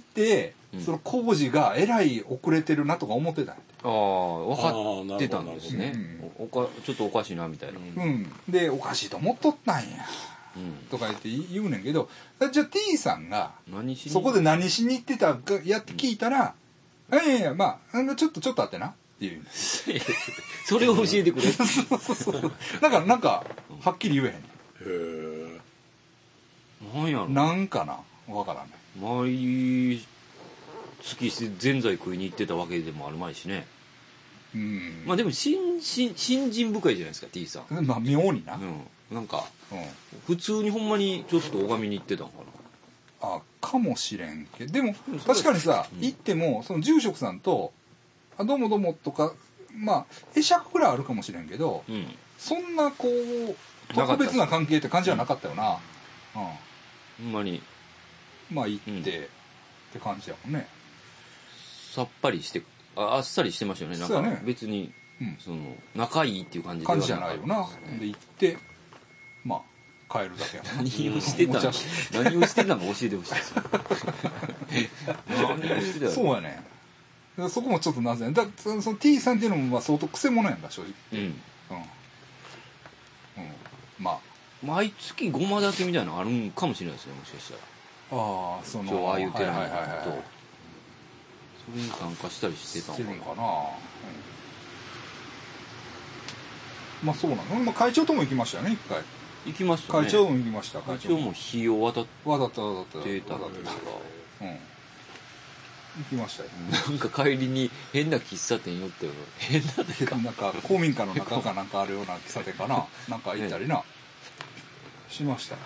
うん、その工事がえらい遅れてるなとか思ってたんや。 ああ分かってたんですね、うん、おかちょっとおかしいなみたいな、 うん、でおかしいと思っとったんや、うん、とか言って言うねんけどじゃあ T さんがそこで何しに行ってたかやって聞いたら「うん、いやいやまあちょっとちょっとあってな」っていうそれを教えてくれそうそうそうだからなんかはっきり言えへん、へえなんやろなんかな分からんね毎月ぜんざい食いに行ってたわけでもあるまいしねうん、まあでも信心深深いじゃないですか T さんまあ妙にな、 うん、なんか、うん、普通にほんまにちょっと拝みに行ってたのかなあかもしれんけどでも確かにさ、うん、行ってもその住職さんと「あどうもどうも」とかまあ会釈ぐらいあるかもしれんけど、うん、そんなこう特別な関係って感じはなかったよな、うん、うん、 ほんまにまあ行って、うん、って感じやもんねさっぱりしてあ, あっさりしてましたよねなんかね別に、うん、その仲いいっていう感じではなかった感じじゃないよなで行ってまあ帰るだけやな何をしてたの何をしてたのか教えてほしいです何をしてたのそうやねそこもちょっとなぜだその T さんっていうのもまあ相当癖者やんか正直うん、うんうん、まあ毎月ごまだけみたいなのあるんかもしれないですねもしかしたらああそのああいう寺に行くと、はいはいはいはい、それに参加したりしてたのかな、うん、 まあそうなの、まあ、会長とも行きましたよね一回行きましたね会長も行きました会長も日を渡って渡った渡ったたんですかうん行きましたよなんか帰りに変な喫茶店寄ったよ変なってかなんか公民館の中かなんかあるような喫茶店かななんか行ったりな、ね、しました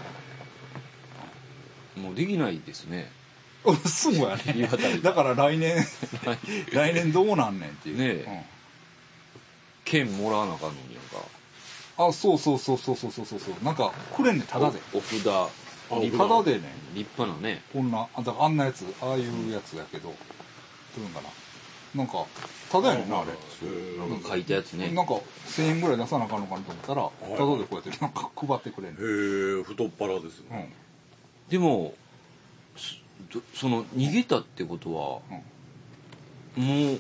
もうできないですねそうやねだから来年来年どうなんねんっていうねえ、うん、 券もらわなあかんのになんかあそうそうそうそうそうそうそうなんかくれんねただでお札ただでね立派なねこんなあだからあんなやつああいうやつやけどどういうんかななんかただやねんなあれなんか書いたやつねなんかせんえんぐらい出さなあかんのかなと思ったらただでこうやってなんか配ってくれんのへえ太っ腹ですね、 うん、でもその逃げたってことは、うん、もう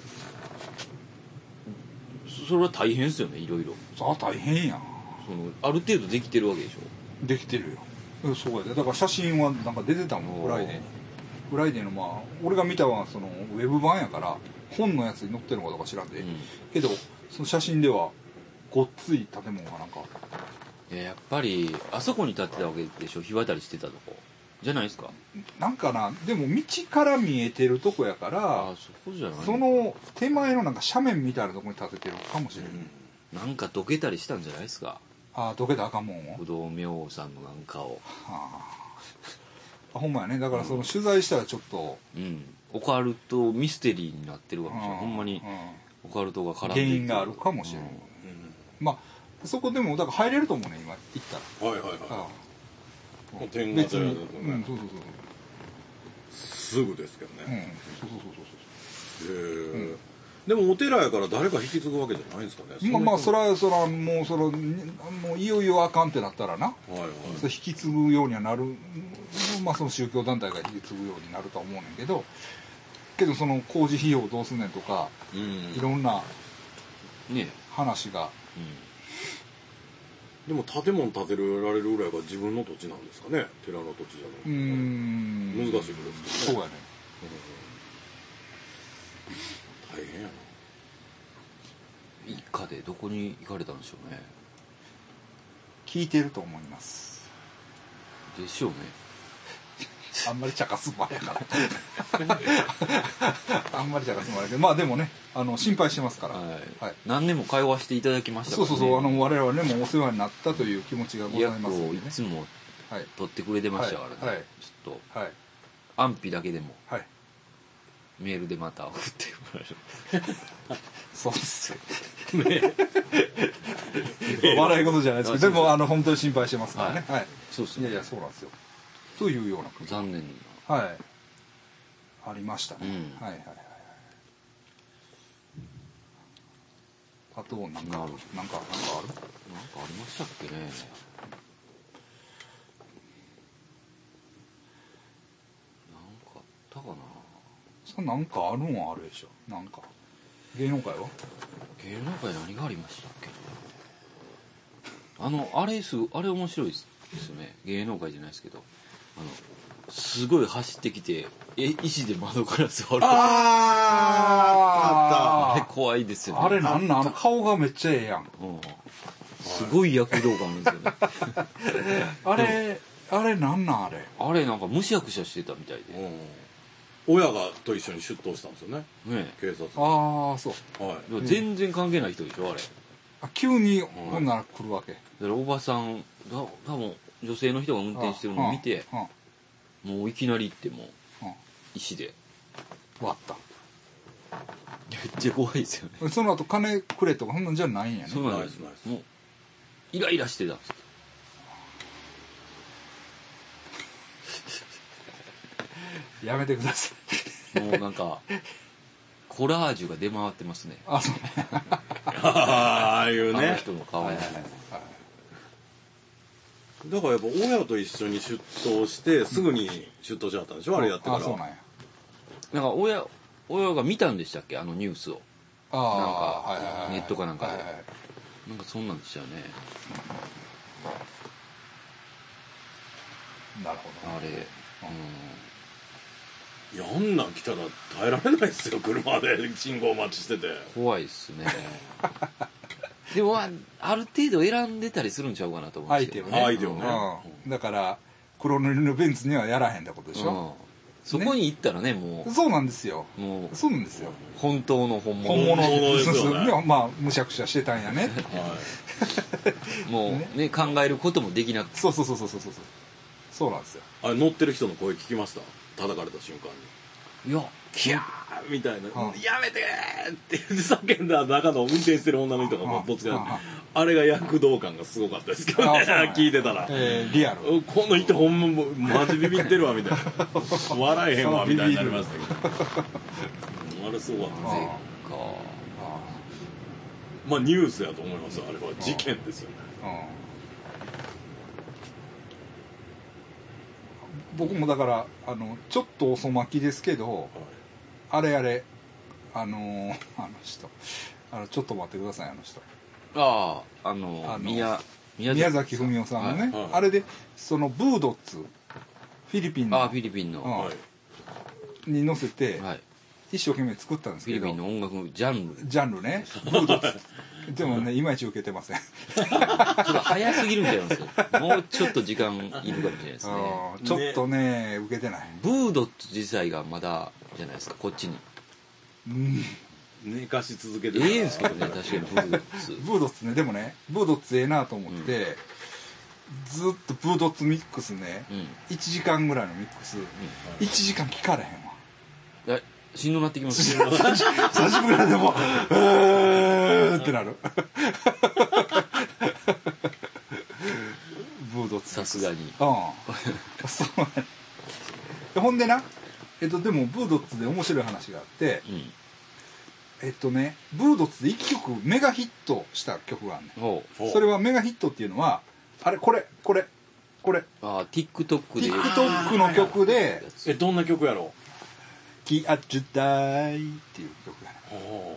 それは大変ですよねいろいろさあ大変やんそのある程度できてるわけでしょできてるよそうやでだから写真はなんか出てたもんフライデーにフライデーのまあ俺が見たのはそのウェブ版やから本のやつに載ってるのかどうか知らんで、うん、けどその写真ではごっつい建物がなんかやっぱりあそこに立ってたわけでしょ日渡りしてたとこじゃないですかなんかなでも道から見えてるとこやからあそこじゃないその手前のなんか斜面みたいなとこに立ててるかもしれない、 うん、なんかどけたりしたんじゃないですかああどけたらあかんもんを不動明王さんのなんかをはあほんまやねだからその取材したらちょっと、 うん、オカルトミステリーになってるかもしれないほんまにオカルトが絡んで原因があるかもしれない、うん、まあそこでもだから入れると思うね今行ったらはいはいはいああ天下茶屋だとね、 うん、そうそうそうすぐですけどね、 うん、そうそうそうそうへえ、うん、でもお寺やから誰か引き継ぐわけじゃないんですかねまあまあそらそらもうそのもういよいよあかんってなったらな、はいはい、それ引き継ぐようにはなるまあその宗教団体が引き継ぐようになるとは思うねんけどけどその工事費用どうすんねんとか、うん、いろんな話が、ねうん、でも建物建てられるぐらいが自分の土地なんですかね寺の土地じゃなくてうん難しいことですねそうやね、 うん、大変やな一家でどこに行かれたんでしょうね聞いてると思いますでしょうねあんまり茶化すまやからあんまり茶化すまやけどまあでもねあの心配してますから、はいはい、何年も通わせていただきましたから、ね、 そうそうそうあの我々ねもお世話になったという気持ちがございますので、ね、 いつも取ってくれてましたからね、はいはい、ちょっと、はい、安否だけでも、はい、メールでまた送ってもらえるそうですよね笑い事じゃないですけどでもあの本当に心配してますからね、はいはい、 そうですねいやいやそうなんですよというような残念なはいありましたね、うん、はいはいはいあとなんかなんかなんかあるなんかありましたっけねなんかあったかなそなんかあるんはあるでしょなんか芸能界は芸能界何がありましたっけあのあれすあれ面白いですよね芸能界じゃないですけどあのすごい走ってきてえ石で窓ガラス割るあああれ怖いですよねあれなんなんあの顔がめっちゃええやん、うん、 すごい躍動感あるんですよねあれあれなんなんあれあれなんかむしゃくしゃしてたみたいで、うん親がと一緒に出頭したんですよね。ね警察。 ああそう。 はい。全然関係ない人でしょあれ。 あ急にほんなら来るわけ。だからおばさんだ多分女性の人が運転してるのを見て、もういきなり行っても石で割った。 めっちゃ怖いですよね。 その後金くれとかそんなんじゃないんやね。 そうなんです。もうイライラしてたんです。 やめてくださいもうなんかコラージュが出回ってますねあそうああいうねあの人の顔、はいはいはい、 だからやっぱ親と一緒に出頭してすぐに出頭しちゃったんでしょ、うん、あれやってからあそうなんやなんか親親が見たんでしたっけあのニュースをあなんか、 はいはいはい、 ネットかなんかで、はいはい、 なんかそんなんでしたよね、 うん、なるほどあれうんいやあんなん来たら耐えられないですよ車で信号待ちしてて怖いっすねでもある程度選んでたりするんちゃうかなと思うんですよね相手をね、うん、だから黒塗りのベンツにはやらへんってことでしょ、うん、 そこに行ったらねもうそうなんですよもうそうなんですよ本当の本物本物ですよねまあむしゃくしゃしてたんやね、はい、 もうね、ね考えることもできなくてそうそうそうそうそうそうそうなんですよあれ乗ってる人の声聞きました叩かれた瞬間にいやキャーみたいな、うん、やめてーって言って叫んだ中の運転してる女の人がもうどっちかあれが躍動感がすごかったですけどね聞いてたら、 えー、リアルこの人ほんまマジビビってるわみたいな笑えへんわみたいになりましたけどあれすごかったですまあニュースやと思いますあれは事件ですよね、 うん、僕もだからあのちょっと遅まきですけど、はい、あれあれあのー、あの人あのちょっと待ってくださいあの人あああのー、宮宮崎文夫さんのね、はいはい、あれでそのブードッツフィリピンのあフィリピンの、うんはい、 に載せて、はい、一生懸命作ったんですけどフィリピンの音楽ジャンルジャンルねブードッツでもねいまいち受けてませんちょっと早すぎるんじゃないですかもうちょっと時間いるかもしれないですねちょっとね受けてないブードッツ自体がまだじゃないですかこっちにうん寝かし続けてええんですけどね確かにブードッツブードッツねでもねブードッツええなと思って、うん、ずっとブードッツミックスね、うん、いちじかんぐらいのミックス、うん、いちじかん聞かれへんわえしんどなってきますさんじゅうぐらいでもうーってなるブードッツさすがにうんそうほんでなえっとでもブードッツで面白い話があって、うんえっとね、ブードッツでいっきょくメガヒットした曲があるねんそれはメガヒットっていうのはあれこれこれこれあ TikTok で TikTok の曲でえどんな曲やろ 「キアジュダイ」っていう曲やねん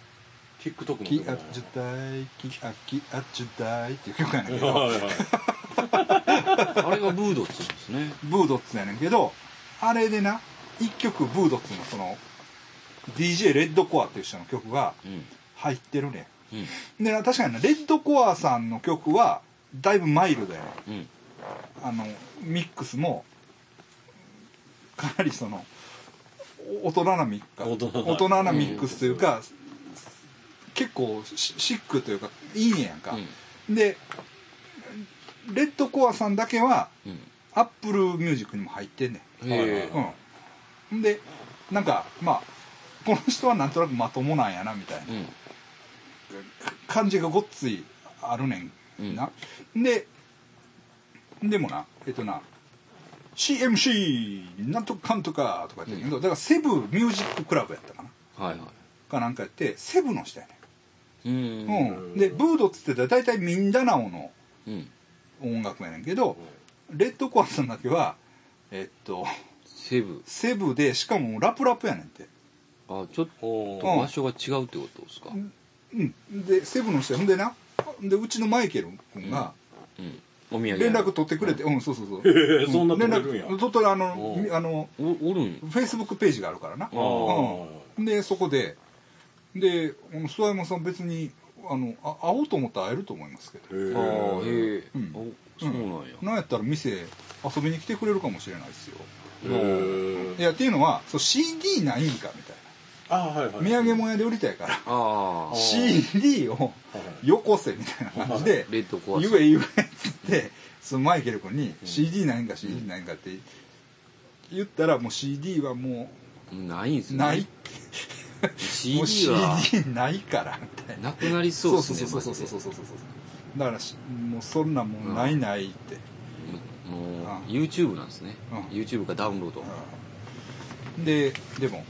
TikTok の曲キアジュダイキアキアジュダイっていう曲やねんけどあれがブードッツですねブードッツやねんけどあれでないっきょくブードッツのそのディージェー レッドコアっていう人の曲が入ってるね、うん、で確かにレッドコアさんの曲はだいぶマイルドやね、うん、あのミックスもかなりその大人なミックス大人なミックスというか、うん、結構シックというかいいねやんか、うん、でレッドコアさんだけは、うん、アップルミュージックにも入ってんねん、うん、でなんかまあこの人はなんとなくまともなんやなみたいな、うん、感じがごっついあるねんな、うん、ででもなえっとな シーエムシー なんとかんとかとか言ってるけど、うん、だからセブミュージッククラブやったかな、はいはい、かなんかやってセブの人やねん、うんうん、でブードっつってたら大体ミンダナオの音楽やねんけど、うん、レッドコアさんだけはえっとセブセブでしかもラプラプやねんってあちょっと場所が違うってことですか、 うん、うん、でセブの人やほんでなでうちのマイケル君が、うんうん、お土産連絡取ってくれて、うん、うん、そうそうそう、 へえそんな取れるんや連絡取ったらあのあのおおるんフェイスブックページがあるからな、うん、でそこでで諏訪山さん別にあのあ会おうと思ったら会えると思いますけどへえ、ああへえ、 うん、そうなんや、うん、なんやったら店遊びに来てくれるかもしれないですよへえいやっていうのはそう シーディー ないんかみたいなあ、はいはい、土産物屋で売りたいから シーディー をよこせみたいな感じで言え言えっつってそのマイケル君に シーディー ないんか シーディー ないんかって言ったらもう シーディー はもうないんすねないシーディー はシーディー ないからみたいななくなりそうですねそうそうそうそうそうそうそうだからもうそんなもんないないって、 うん、もう YouTube なんですね、うん、YouTube かダウンロード、 うん、ででも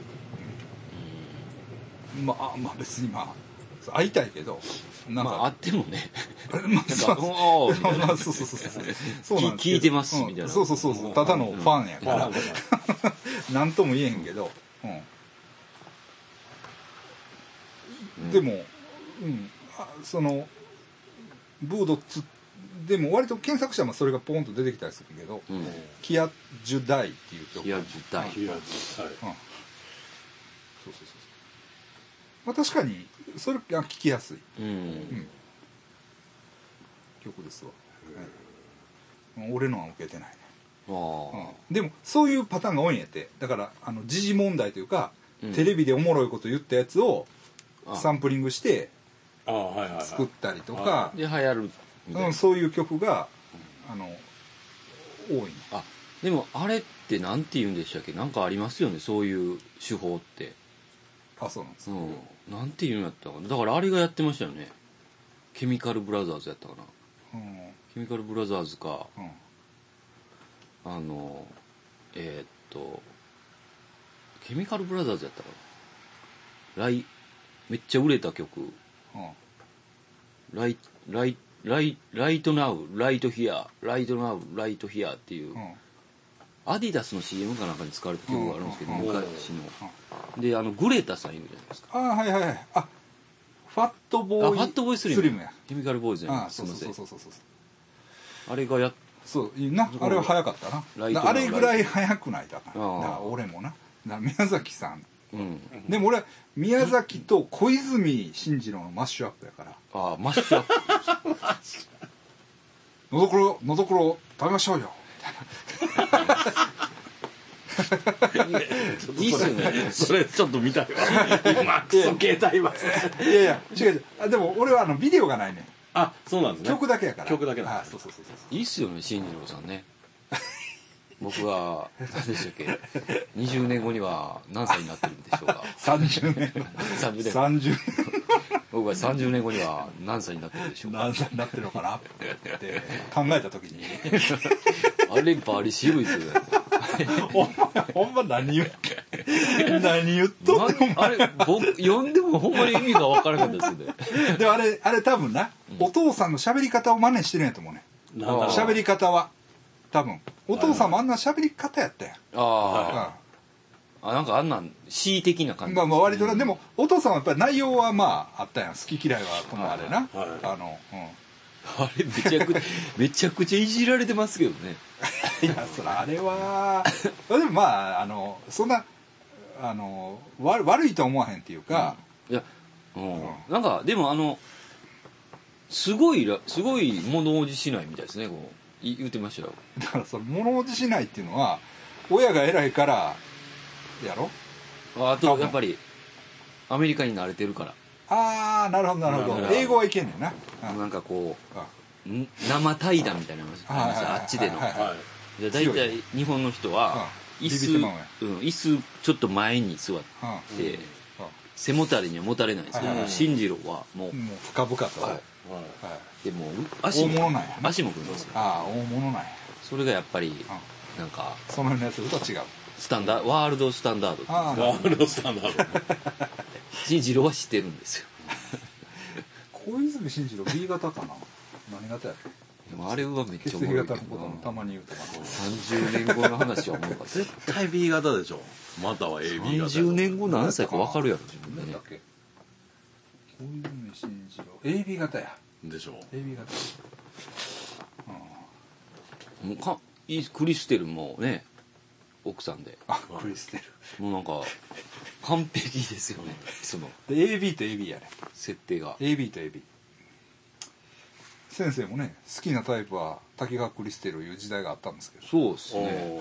まあまあ別にまあ会いたいけどなんかまあ会ってもねまあそうそうそうそうそうなん聞いてますみたいな、うん、 そうそうそうそうただのファンやから何とも言えへんけど、うん、でも、うん、あそのブードツでも割と検索したらそれがポンと出てきたりするけど、うん、キアジュダイっていう曲キアジュダイ、うん、そうそうそうそうまあ、確かにそれが聞きやすい、うんうん、曲ですわ、うん、俺のは受けてないね、あ、うん、でもそういうパターンが多いんやってだからあの時事問題というか、うん、テレビでおもろいこと言ったやつをサンプリングして作ったりとかで流行る、 うん、そういう曲があの多いあでもあれってなんて言うんでしたっけ、なんかありますよね、そういう手法って。 あ、そうなんですか、 うん、なんて言うんやったかな。だからあれがやってましたよね。ケミカルブラザーズやったかな、うん、ケミカルブラザーズか、うん、あのえー、っとケミカルブラザーズやったかな、ライめっちゃ売れた曲、うん、ライライライライトナウライトヒアライトナウライトヒアっていう、うん、アディダスの シーエム かなんかに使われた曲があるんですけど、うん、昔の、うん、であのグレタさんいるじゃないですか。 ああはいはいはい、あファットボーイあファットボーイスリム、 スリムやケミカルボーイズやね、 すいません、そうそうそうそうそう、 あれがやっそういいな、あれは早かったな、あれぐらい早くないだから、だから俺もな、だ宮崎さん、うん、でも俺宮崎と小泉進次郎のマッシュアップやから、 ああマッシュアップのどくろのどくろ食べましょうよみたいないいっすよね、 それちょっと見たいわ今クソ携帯はいやいや違う違う、あでも俺はあのビデオがないねん。 あ、そうなんですね。 曲だけやから。 曲だけなんです。 そうそうそうそう。 いいっすよね、進次郎さんね。僕は何でしたっけ、にじゅうねんごには何歳になってるんでしょうか。 さんじゅうねんさんじゅうねんさんじゅう僕はさんじゅうねんごには何歳になってるでしょうか。 何歳になってるのかなって考えた時にあれバリ渋いですよねほんまほんま何言う何言っとってあれ僕読んでもほんまに意味が分からなかったですよね。 でもあれあれ多分な、うん、お父さんの喋り方を真似してるんやと思うね。喋り方は多分お父さんもあんな喋り方やったやん。ああ、 はい、あなんかあんなん恣意的な感じ、 まあまあ割とな、でもお父さんはやっぱり内容はまああったやん、好き嫌いはこのあれな、はい、あの、うん、 あれめちゃくちゃめちゃくちゃいじられてますけどねいやそれあれはでもまああのそんなあのわ悪いと思わへんっていうか、 うん、いや、うん、なんかでもあのすごいすごい物おじしないみたいですね、こう言ってましたよ。 だからその物おじしないっていうのは親が偉いからやろ。 あとやっぱりアメリカに慣れてるから。 ああなるほどなるほど、英語はいけんねんな。 なんかこう生対談みたいなのがあります、あっちでの。だいたい日本の人は椅子、うん、椅子ちょっと前に座って背もたれにはもたれないんですけど、進次郎はもうもう深々と、はいはい、 でも足も大物なんや、ね、 足も組んですよ。 ああ大物なんや。 それがやっぱりなんかその辺のやつと違うスタンダーワールドスタンダード、 ワールドスタンダード進次郎は知ってるんですよ小泉進次郎 ビー 型かな、何型やっけ。 でもあれはめっちゃおもろいけど、血液型のこともたまに言うとかさんじゅうねんごの話はもう絶対 ビー 型でしょ、または エービー 型。 さんじゅうねんご何歳か分かるやろ自分でね。 小泉進次郎 エービー 型やでしょ。 エービー 型、 うん、もうかクリステルもね奥さんで、 あクリステルもうなんか完璧ですよねそので エービー と エービー やね、 設定がエービー と エービー。 先生もね好きなタイプは滝川クリステルいう時代があったんですけど。 そうですね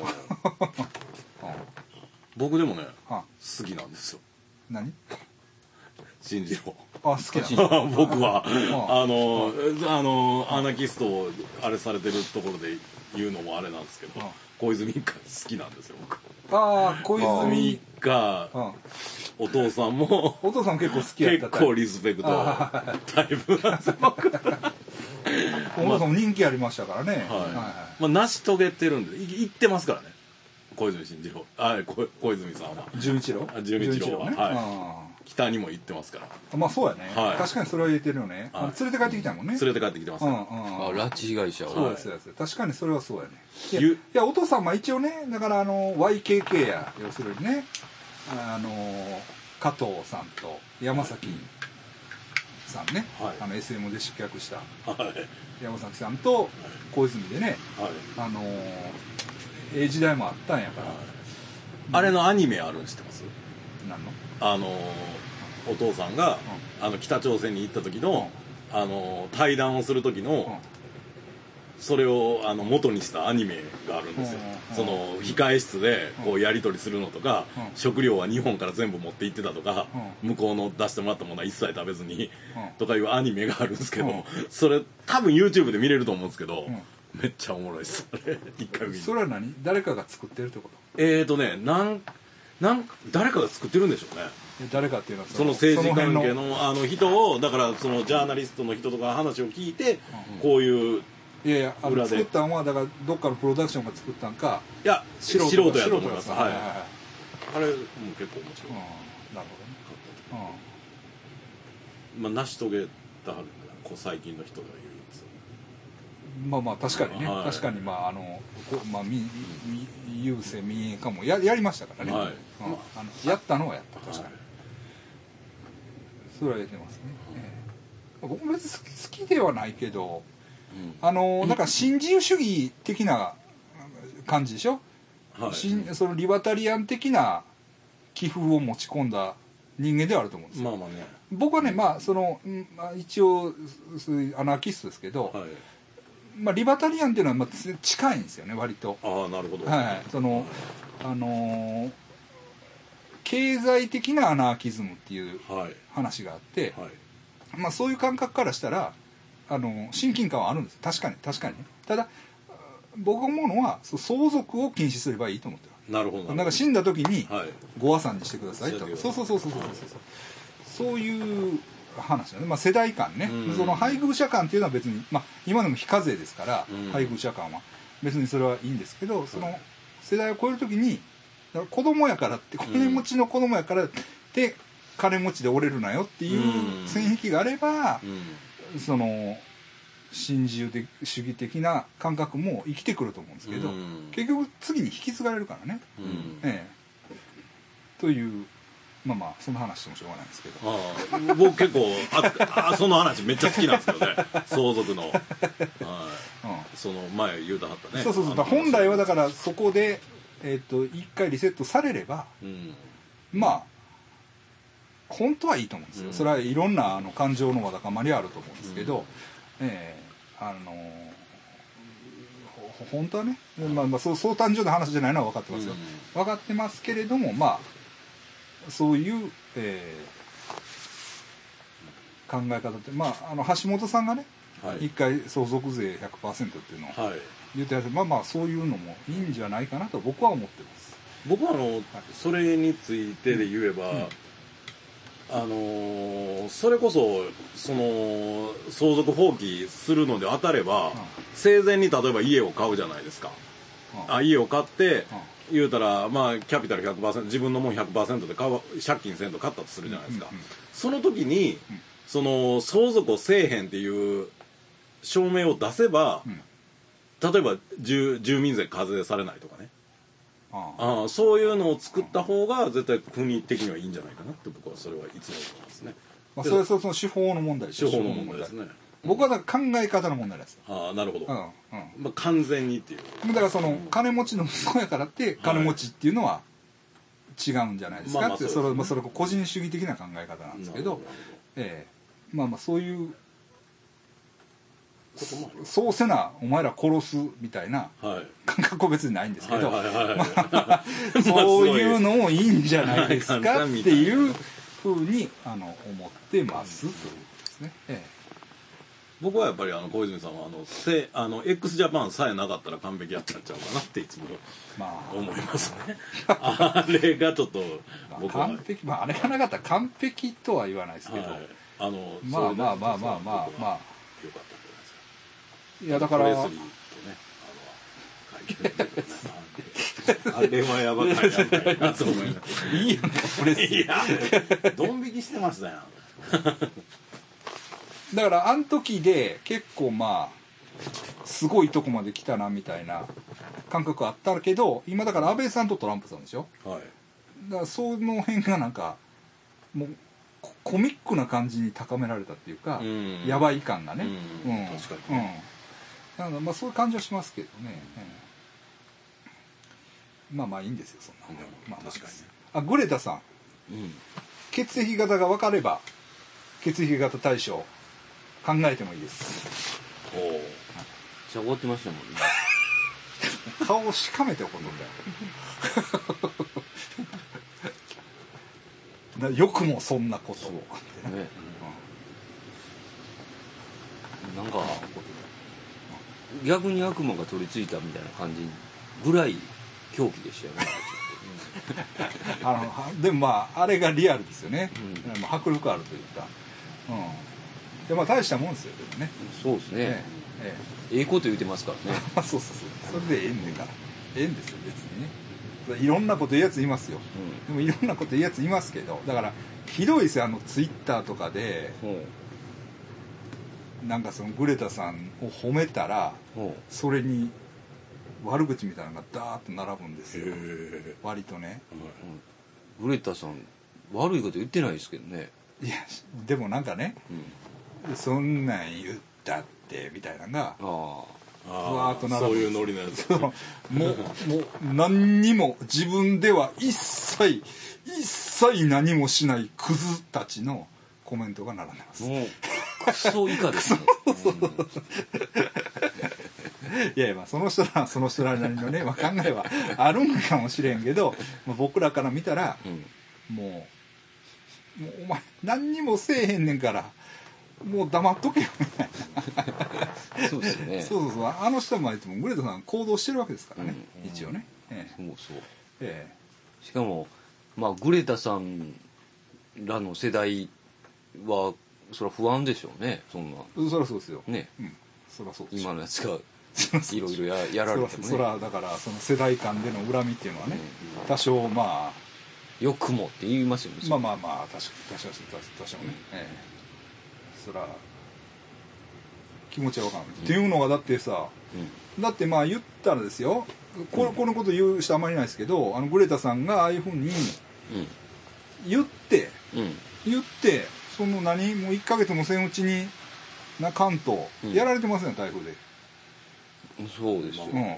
僕でもね好きなんですよ。 何進次郎。 あ好きなの僕はあのあのアナキストをあれされてるところで言うのもあれなんですけど、小泉一家好きなんですよ僕。 ああ小泉一家、お父さんもお父さんも結構好きやった結構リスペクトタイプなんですよ僕。 お父さんも人気ありましたからね。はいはいはい、 まあ成し遂げてるんでい行ってますからね、小泉進次郎、あ小小泉さんは純一郎純一郎は、ね、はい、北にも行ってますから。まあそうやね、はい、確かにそれは言えてるよね、はい、連れて帰ってきたもんね。 連れて帰ってきてますから、うんうん、 あ拉致被害者はそうです、そうです。確かにそれはそうやね。いやいやお父さんは一応ねだからあの ワイケーケー や要するにねあの加藤さんと山崎さんね、はい、あの エスエム で失脚した、はい、山崎さんと小泉でね、はい、あのええ時代もあったんやから、はい、 あれのアニメあるん知ってます？ 何の？ あのお父さんが、うん、あの北朝鮮に行った時の、うん、あの対談をする時の、うん、それをあの元にしたアニメがあるんですよ、うん、その控え室でこうやり取りするのとか、うん、食料は日本から全部持って行ってたとか、うん、向こうの出してもらったものは一切食べずに、うん、とかいうアニメがあるんですけど、うん、それ多分 YouTube で見れると思うんですけど、うん、 めっちゃおもろいっすあれ一回見それは何誰かが作ってるってことえーとねなんなん誰かが作ってるんでしょうね誰かっていうのはその政治関係 の, あの人をだからそのジャーナリストの人とか話を聞いて、うん、こういういやいやあの作ったのはだからどっかのプロダクションが作ったんかいや素人素人やと思いますはい、はいはい、あれも結構面白い、うん、なるほどね、 うん、まあ成し遂げたはるこう最近の人が言うまあまあ確かにね、はい、確かにまああのまあみみ郵政民営化も や, やりましたからね、はい、うん、あのやったのはやった確かに、はい、それはやってますね、うん、僕別に好き、好きではないけど、うん、あのなんか新自由主義的な感じでしょ、はい、そのリバタリアン的な寄付を持ち込んだ人間ではあると思うんですよ。 まあまあね、 僕はね、まあその、まあ、一応そういうアナーキストですけど、はい、まあ、リバタリアンっていうのはまあ近いんですよね割と。 ああなるほど、 はい、そのあのー、経済的なアナーキズムっていう話があって、はいはい、まあ、そういう感覚からしたらあの親近感はあるんです確かに確かにね。ただ僕が思うのは相続を禁止すればいいと思ってる。 なるほどなんか死んだ時にご破産にしてくださいと、はい、そうそうそうそうそうそうそういう話だね、まあ、世代間ね、うん、その配偶者間っていうのは別に、まあ、今でも非課税ですから、うん、配偶者間は別にそれはいいんですけど、その世代を超える時にだから子供やからって金持ちの子供やからって金持ちで折れるなよっていう線引きがあれば、うん、その新自由主義的な感覚も生きてくると思うんですけど、うん、結局次に引き継がれるからね、うん、ええ、というまあまあその話してもしょうがないんですけど、 ああ僕結構ああその話めっちゃ好きなんですけどね相続の、はい、うん、その前言うたはったね。 そうそうそう、本来はだからそこで、えー、と一回リセットされれば、うん、まあ本当はいいと思うんですよ、うん、それはいろんなあの感情のわだかまりあると思うんですけど、うん、えーあのー、本当はね、まあ、まあそうそう単純な話じゃないのは分かってますよ、うん、分かってますけれども、まあそういう、えー、考え方って、まあ、あの橋本さんがね、はい、一回相続税 ひゃくパーセント っていうのを言ってらっしゃる、まあまあそういうのもいいんじゃないかなと僕は思ってます。 僕はあの、はい、それについてで言えば、うんうん、あのー、それこそその相続放棄するので当たれば、うん、生前に例えば家を買うじゃないですか、うん、あ家を買って、うん、言うたらまあキャピタル ひゃくパーセント 自分のもん ひゃくパーセント で買う借金せんと買ったとするじゃないですか、うんうんうん、その時に、うん、その相続をせえへんっていう証明を出せば、うん、例えば 住, 住民税課税されないとかね、ああそういうのを作った方が絶対国的にはいいんじゃないかなって僕はそれはいつも思いますね。 まあ、それはその手法の問題です。 手法の問題ですね。 僕はだから考え方の問題です。 ああなるほど、うんうん、まあ、完全にっていうだからその金持ちの息子やからって金持ちっていうのは違うんじゃないですかって、それはそれ個人主義的な考え方なんですけど、えー、まあまあそういうそうせなお前ら殺すみたいな感覚は別にないんですけど、そういうのもいいんじゃないですかっていうふうにあの思ってますというですね、ええ、 僕はやっぱりあの小泉さんはあのせあの X ジャパンさえなかったら完璧やったんちゃうかなっていつも思いますね、まあ、あれがちょっと僕は完璧、まあ、あれがなかったら完璧とは言わないですけど、はい、 あのまあまあまあまあまあまあまあよかったいやだからプレスリーとねあのあれはやばかったなと思いますいいよねプレスリーいやドン引きしてましたよだからあの時で結構まあすごいとこまで来たなみたいな感覚あったけど今だから安倍さんとトランプさんでしょ、はい、だからその辺がなんかもうコミックな感じに高められたっていうか、うん、やばい感がね、うん、うん、確かに、うんなんかまあそういう感じはしますけどね、うん、まあまあいいんですよそんな、うんまあ、確かにあグレタさん、うん、血液型が分かれば血液型対象考えてもいいですおおめっちゃ怒ってましたもんね顔をしかめて怒るんだよよくもそんなことを、ねうん、なんか逆に悪魔が取り付いたみたいな感じぐらい狂気でしたよねあのでもまああれがリアルですよね、うん、まあ迫力あるというか、うん、でまあ大したもんですよでもね。 そうですね、ええええ、ええこと言うてますからねそうそうそうそれでええんでからええんですよ別にね。いろんなこと言うやついますよ、うん、でもいろんなこと言うやついますけど、だからひどいですよ、あのツイッターとかで、うん、なんかそのグレタさんを褒めたら、うん、それに悪口みたいなのがダーッと並ぶんですよ割とね、 うん、グレタさん悪いこと言ってないですけどね。 いやでもなんかね、うん、そんなん言ったってみたいなのがあわーっと並ぶ。そういうノリのやつもうもう何にも自分では一切一切何もしないクズたちのコメントが並んでます。 もうクソ以下ですねいやいや、まあその人らその人らなりのね、まあ、考えはあるんかもしれんけど、まあ、僕らから見たら、うん、もうもうお前何にもせえへんねんからもう黙っとけよみたいなそうですね。 そうそうそう、あの人も言ってもグレタさん行動してるわけですからね、うん、一応ね、 ええ、そうそう、 ええ、しかもまあグレタさんらの世代はそれは不安でしょうね、そんな。 そりゃそうですよね、 うん、そりゃそうです。 今のやつがいろいろややられてもね。 そりゃだからその世代間での恨みっていうのはね、うん、多少まあよくもって言いますよね。 まあまあまあ確かに多少多少ね、うん、ええ、そりゃ気持ちは分かんない、うん、っていうのがだってさ、うん、だってまあ言ったらですよ、こ, このこと言う人あまりいないですけど、あのグレタさんがああいうふうに言って、うん、言ってその何もういっかげつもせんうちにな関東やられてますよ、うん、台風で。 そうですよ、 うんうんうんうん、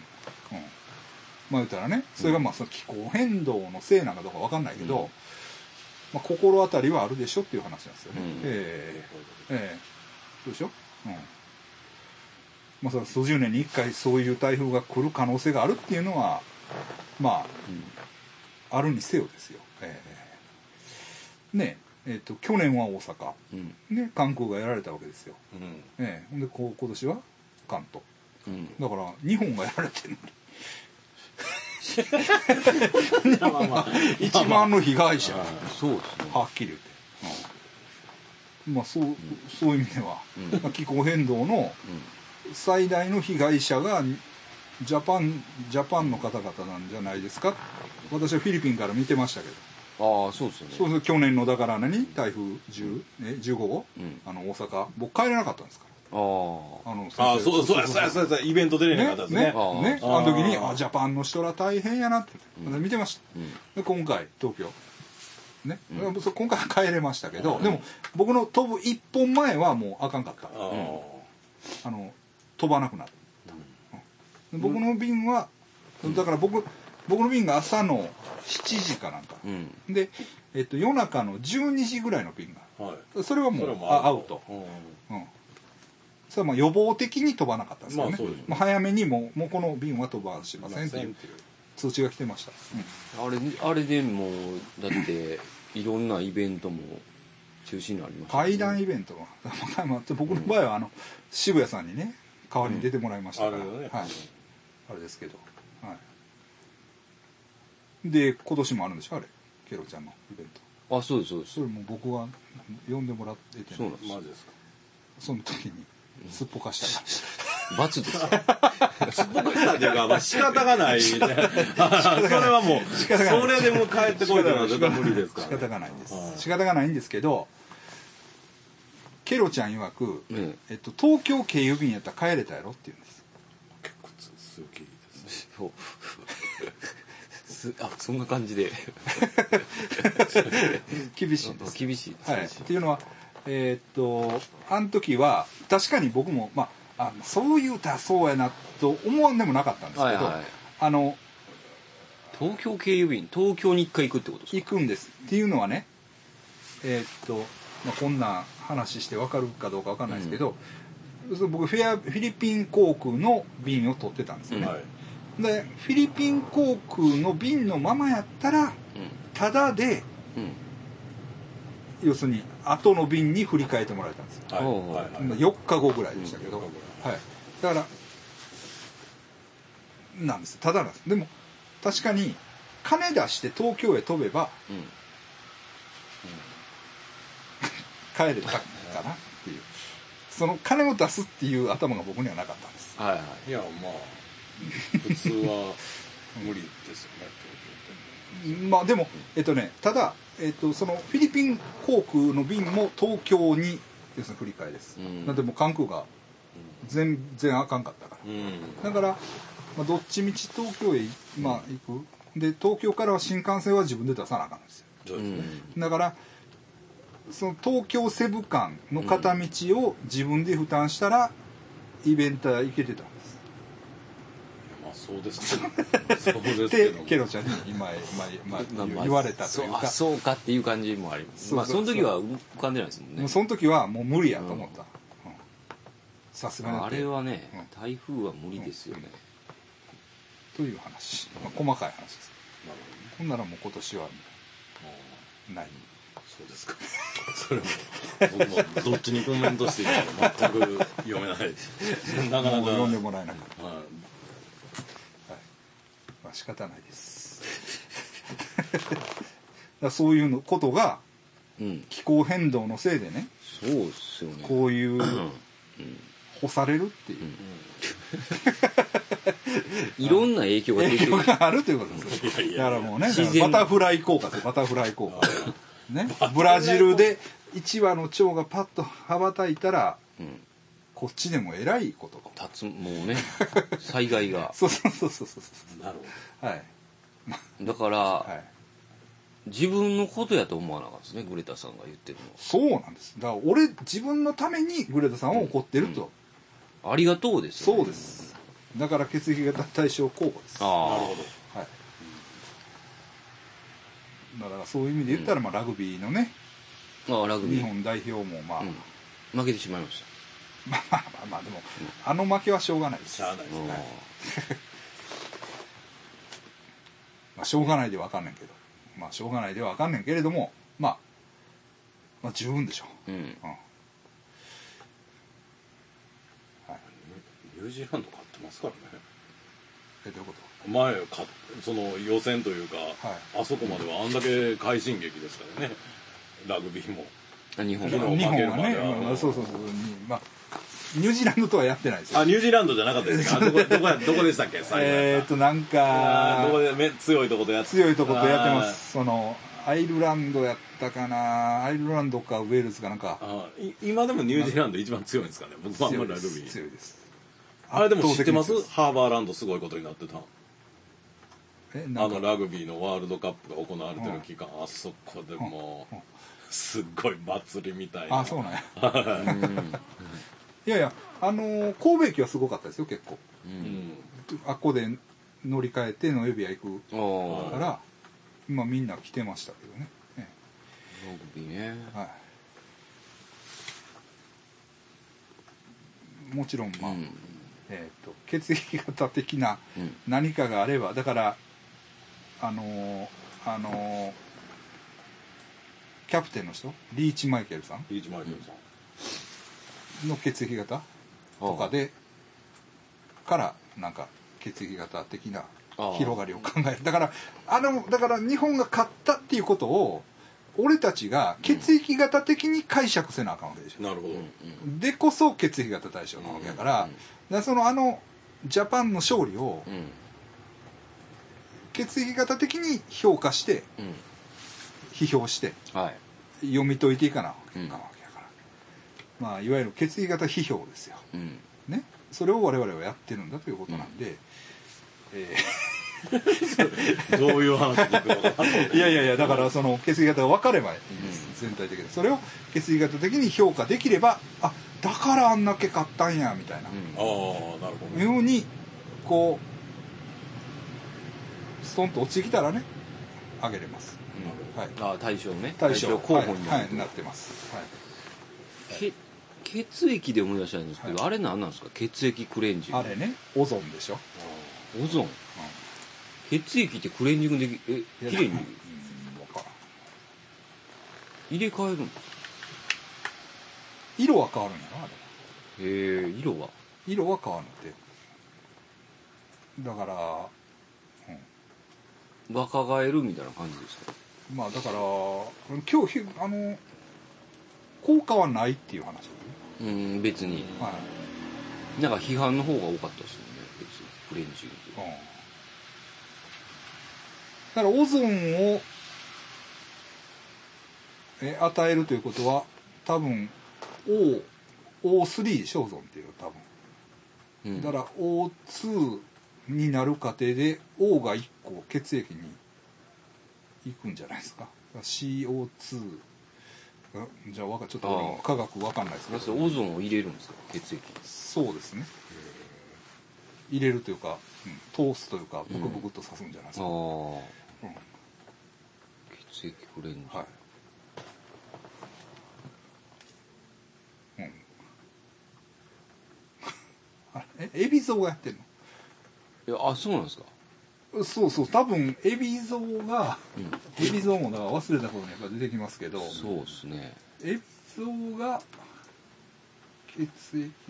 まあ言ったらね、それがまあその気候変動のせいなのかどうか分かんないけど、うん、まあ、心当たりはあるでしょっていう話なんですよね、うん、えー、えー、そうでしょ、うん、まあその数十年にいっかいそういう台風が来る可能性があるっていうのはまあ、うん、あるにせよですよ、えー、ねえー、と去年は大阪、うん、ね、関空がやられたわけですよ、うん、えー、でこ今年は関東、うん、だから日本がやられてるのに日本が一番の被害者、 そうですね、 はっきり言って、うん、まあそう、そういう意味では、うん、気候変動の最大の被害者がジャパンジャパンの方々なんじゃないですか。私はフィリピンから見てましたけど。ああ、そうですよね。 そうそう、去年のだから何台風じゅう、ね、じゅうごご、うん、あの大阪僕帰れなかったんですから。ああのああそうそうそうそうそうイベント出れなかったですね。 ね、ね、ね、あの時にあジャパンの人ら大変やなって、うん、見てました、うん、で今回東京ね、うん、今回は帰れましたけど、うん、でも僕の飛ぶ一本前はもうあかんかった、うん、あの飛ばなくなった、うん、僕の便はだから僕僕の便が朝のしちじかなんか、うん、で、えっと、夜中のじゅうにじぐらいの便が、はい、それはもうアウト、うんうん、それはまあ予防的に飛ばなかったんですけどね、まあ、まあ早めにもう、もうこの便は飛ばしませんっていう通知が来てました、 うん、あれあれでもだっていろんなイベントも中止になりました、ね、 会談イベントは僕の場合はあの、うん、渋谷さんにね代わりに出てもらいましたから、うん、あれね、はい、あれですけど、はい、で今年もあるんでしょあれケロちゃんのイベント。あ、そうですそうです。 それも僕は呼んでもらってて、ね、 そうなんです。 マジですか。その時にすっぽかしたり罰ですよ。 すっぽかしたっていうか、まあ、仕方がないそれはもうそれでもう帰ってこいたら絶対無理ですから、ね、 仕方がないんです、はい、仕方がないんですけどケロちゃん曰く、うんえっと、東京経由便やったら帰れたやろって言うんです。 結構通勤ですね。 そうあそんな感じで厳しいです。 厳しいです、 はい、っていうのはえー、っとあの時は確かに僕も、まあ、あそう言うたらそうやなと思わんでもなかったんですけど、はいはい、あの東京経由便東京に一回行くってことですか。 行くんですっていうのはねえー、っと、まあ、こんな話して分かるかどうか分かんないですけど、うん、僕フェアフィリピン航空の便を取ってたんですよね、うんはいでフィリピン航空の便のままやったら、うん、タダで、うん、要するに後の便に振り替えてもらえたんですよ、はいはいはい、よっかごぐらいでしたけど、うんはい、 だからなんですただなんです。でも確かに金出して東京へ飛べば、うんうん、帰れたかなっていうその金を出すっていう頭が僕にはなかったんです。 はいはい。いやまあ普通は無理ですよね。まあでもえっとねただえっとそのフィリピン航空の便も東京にですね振り替えです。うん、なんでもう関空が全然あかんかったから。うん、だから、まあ、どっちみち東京へ、まあ、行く。で東京からは新幹線は自分で出さなあかんんですよ。うん、だからその東京西部間の片道を自分で負担したらイベンター行けてたんです。 まあそうですけどそうですけどケロちゃんに今、まあまあ、言われたというか、 そう、そうかっていう感じもあります。まあその時は浮かんでないですもんね。 もうその時はもう無理やと思った。さすがにあれはね、うん、台風は無理ですよね、 うん、という話、まあ、細かい話です。なるほどね。ほんならもう今年はない。 そうですか。それも僕もどっちにコメントしていいのか全く読めない。なかなか読んでもらえなかった。はい。はい、まあ仕方ないです。だそういうのことが、うん、気候変動のせいでね。 そうですよね。 こういう、うん、干されるっていう、 うん、いろんな影響が出てる。 影響があるということです。いやいやだからもうね、バタフライ効果です。バタフライ効果。ね、ブラジルでいち羽の蝶がパッと羽ばたいたら、うん、こっちでもえらいことが立つもうね災害がそうそうそうそうそうなるほど、はい、だから、はい、自分のことやと思わなかったですねグレタさんが言ってるの。 そうなんです。だから俺自分のためにグレタさんは怒ってると、 うんうん、ありがとうですよ、ね、そうです。だから血液型対象候補です。 ああなるほど、 はい。だからそういう意味で言ったら、まあ、ラグビーのね、 ああラグビー日本代表もまあ、うん、 負けてしまいました。 まあまあまあまあでも、うん、あの負けはしょうがないです。 しょうがないですね。 まあしょうがないではあかんねんけど、まあしょうがないではあかんねんけれども、まあ、まあ十分でしょう。うん。うん、はい。 ニュージーランド勝ってますからね。 えどういうこと？ 前かその予選というか、はい、あそこまではあんだけ快進撃ですからね、ラグビーも日本が日本はね、まあ、そうそうそう、まあニュージーランドとはやってないですよ。 あニュージーランドじゃなかったですか。どこどこどこでしたっけ最後。 えっとなんかどこでめ強いとことやって強いとことやってます。そのアイルランドやったかな、アイルランドかウェールズかなんか。 あ今でもニュージーランド一番強いんですかね。僕はあんまりラグビー強いです。 あれでも知ってます？ハーバーランドすごいことになってた。あのラグビーのワールドカップが行われてる期間、うん、あそこでもう、うん、すっごい祭りみたいな。 あそうなんやいやいやあのー、神戸駅はすごかったですよ結構、うん、あっこで乗り換えてノエビア行くから今みんな来てましたけどね。 ラグビーね、はい、 もちろんまあ、うんえー、と血液型的な何かがあれば、だからあのー、あのー、キャプテンの人リーチマイケルさんリーチマイケルさんの血液型とかでからなんか血液型的な広がりを考える。だからあのだから日本が勝ったっていうことを俺たちが血液型的に解釈せなあかんわけでしょ。 なるほど。 でこそ血液型対象なわけだから、うんうん、だからそのあのジャパンの勝利を、うん、血液型的に評価して、うん、批評して、はい、読み解いていかなあかんわけだから、うん、まあいわゆる血液型批評ですよ、うんね、それを我々はやってるんだということなんで、うんえー、どういう話聞くのかいやいやいやだからその血液型が分かればいいんです、うん、全体的にそれを血液型的に評価できればあだからあんだけ買ったんやみたいな、うん、 ああなるほど、 ようにこうストンと落ちてきたらね上げれます、 うんはい、ああ対象ね対象候補になる、 はいはい、なってます、はい、 け血液で思い出したんですけど、はい、あれ何なんですか血液クレンジングあれねオゾンでしょオゾン、うん、血液ってクレンジングできえきれいに、うん、分からん入れ替えるの色は変わるんやろあれへえ色は色は変わんのてだから、 うん、若返るみたいな感じですか。 まあだから今日あの効果はないっていう話ですね。 うん別に、 はい、 なんか批判の方が多かったですよね別にクレンジング、うん、 だからオゾンをえ与えるということは多分 オースリー ショーゾンっていう多分、うん、だから オーツー になる過程で O がいっこ血液に行くんじゃないですか。 シーオーツー じゃあちょっと科学わかんないですけど、 オゾンを入れるんですか血液に。 そうですね、入れるというか、うん、通すというかブクブクっと刺すんじゃないですか、うん、ああ、うん、 血液クレンジング、はい、 うんあえ海老蔵がやってんの。 いやあそうなんですか。 そうそう多分海老蔵が、うん、海老蔵もだから忘れた頃にやっぱ出てきますけど、 そうですね、 海老蔵が血液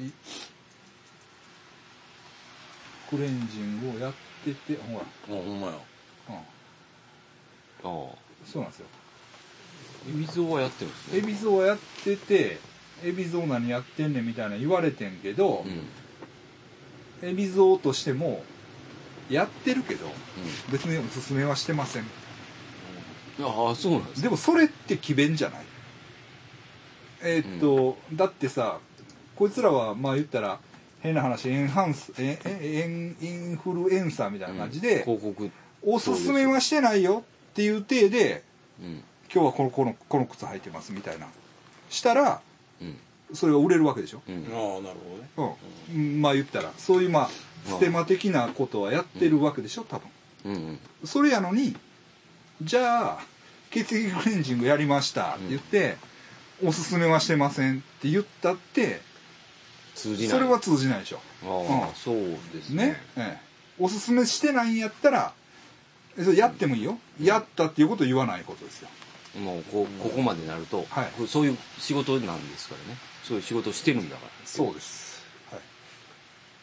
クレンジングをやっててほらあほんまや、 うん、ああそうなんですよ。 海老蔵はやってるんですね。 海老蔵はやってて海老蔵何やってんねんみたいな言われてんけど、うん、海老蔵としてもやってるけど、うん、別におすすめはしてません。 ああそうなんですか。 でもそれって詭弁じゃない。えー、っと、うん、だってさこいつらはまあ言ったら変な話エンハンスエンインフルエンサーみたいな感じで、 うん、広告おすすめはしてないよっていう体で、うん、今日はこのこのこの靴履いてますみたいなしたら、うん、それが売れるわけでしょ、うん、 ああなるほどね、 うん、まあ言ったらそういうまあステマ的なことはやってるわけでしょ多分、うんうん、それやのにじゃあ血液クレンジングやりましたって言って、うん、おすすめはしてませんって言ったって通じない。 それは通じないでしょ。 ああ、うん、そうですね。 ね、ええ、おすすめしてないんやったらそれやってもいいよ、うん、やったっていうことを言わないことですよ。 もうこここまでなると、はい、そういう仕事なんですからね。そういう仕事をしてるんだから。 そうです。はい。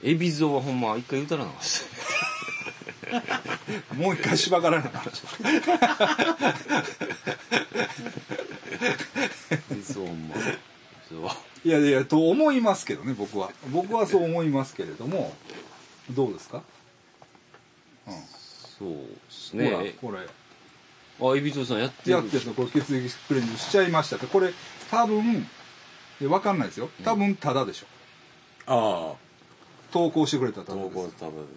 海老蔵はほんま一回言うたらなかったもう一回しばからなかったそうほんまそういやいやと思いますけどね僕は僕はそう思いますけれどもどうですか。 うん、そうですね。 ほらこれあ海老蔵さんやってるやってるこれ血液クレンジングしちゃいましたってこれ多分分かんないですよ多分タダでしょ、 うん、ああ投稿してくれたらタダです。 投稿タダです、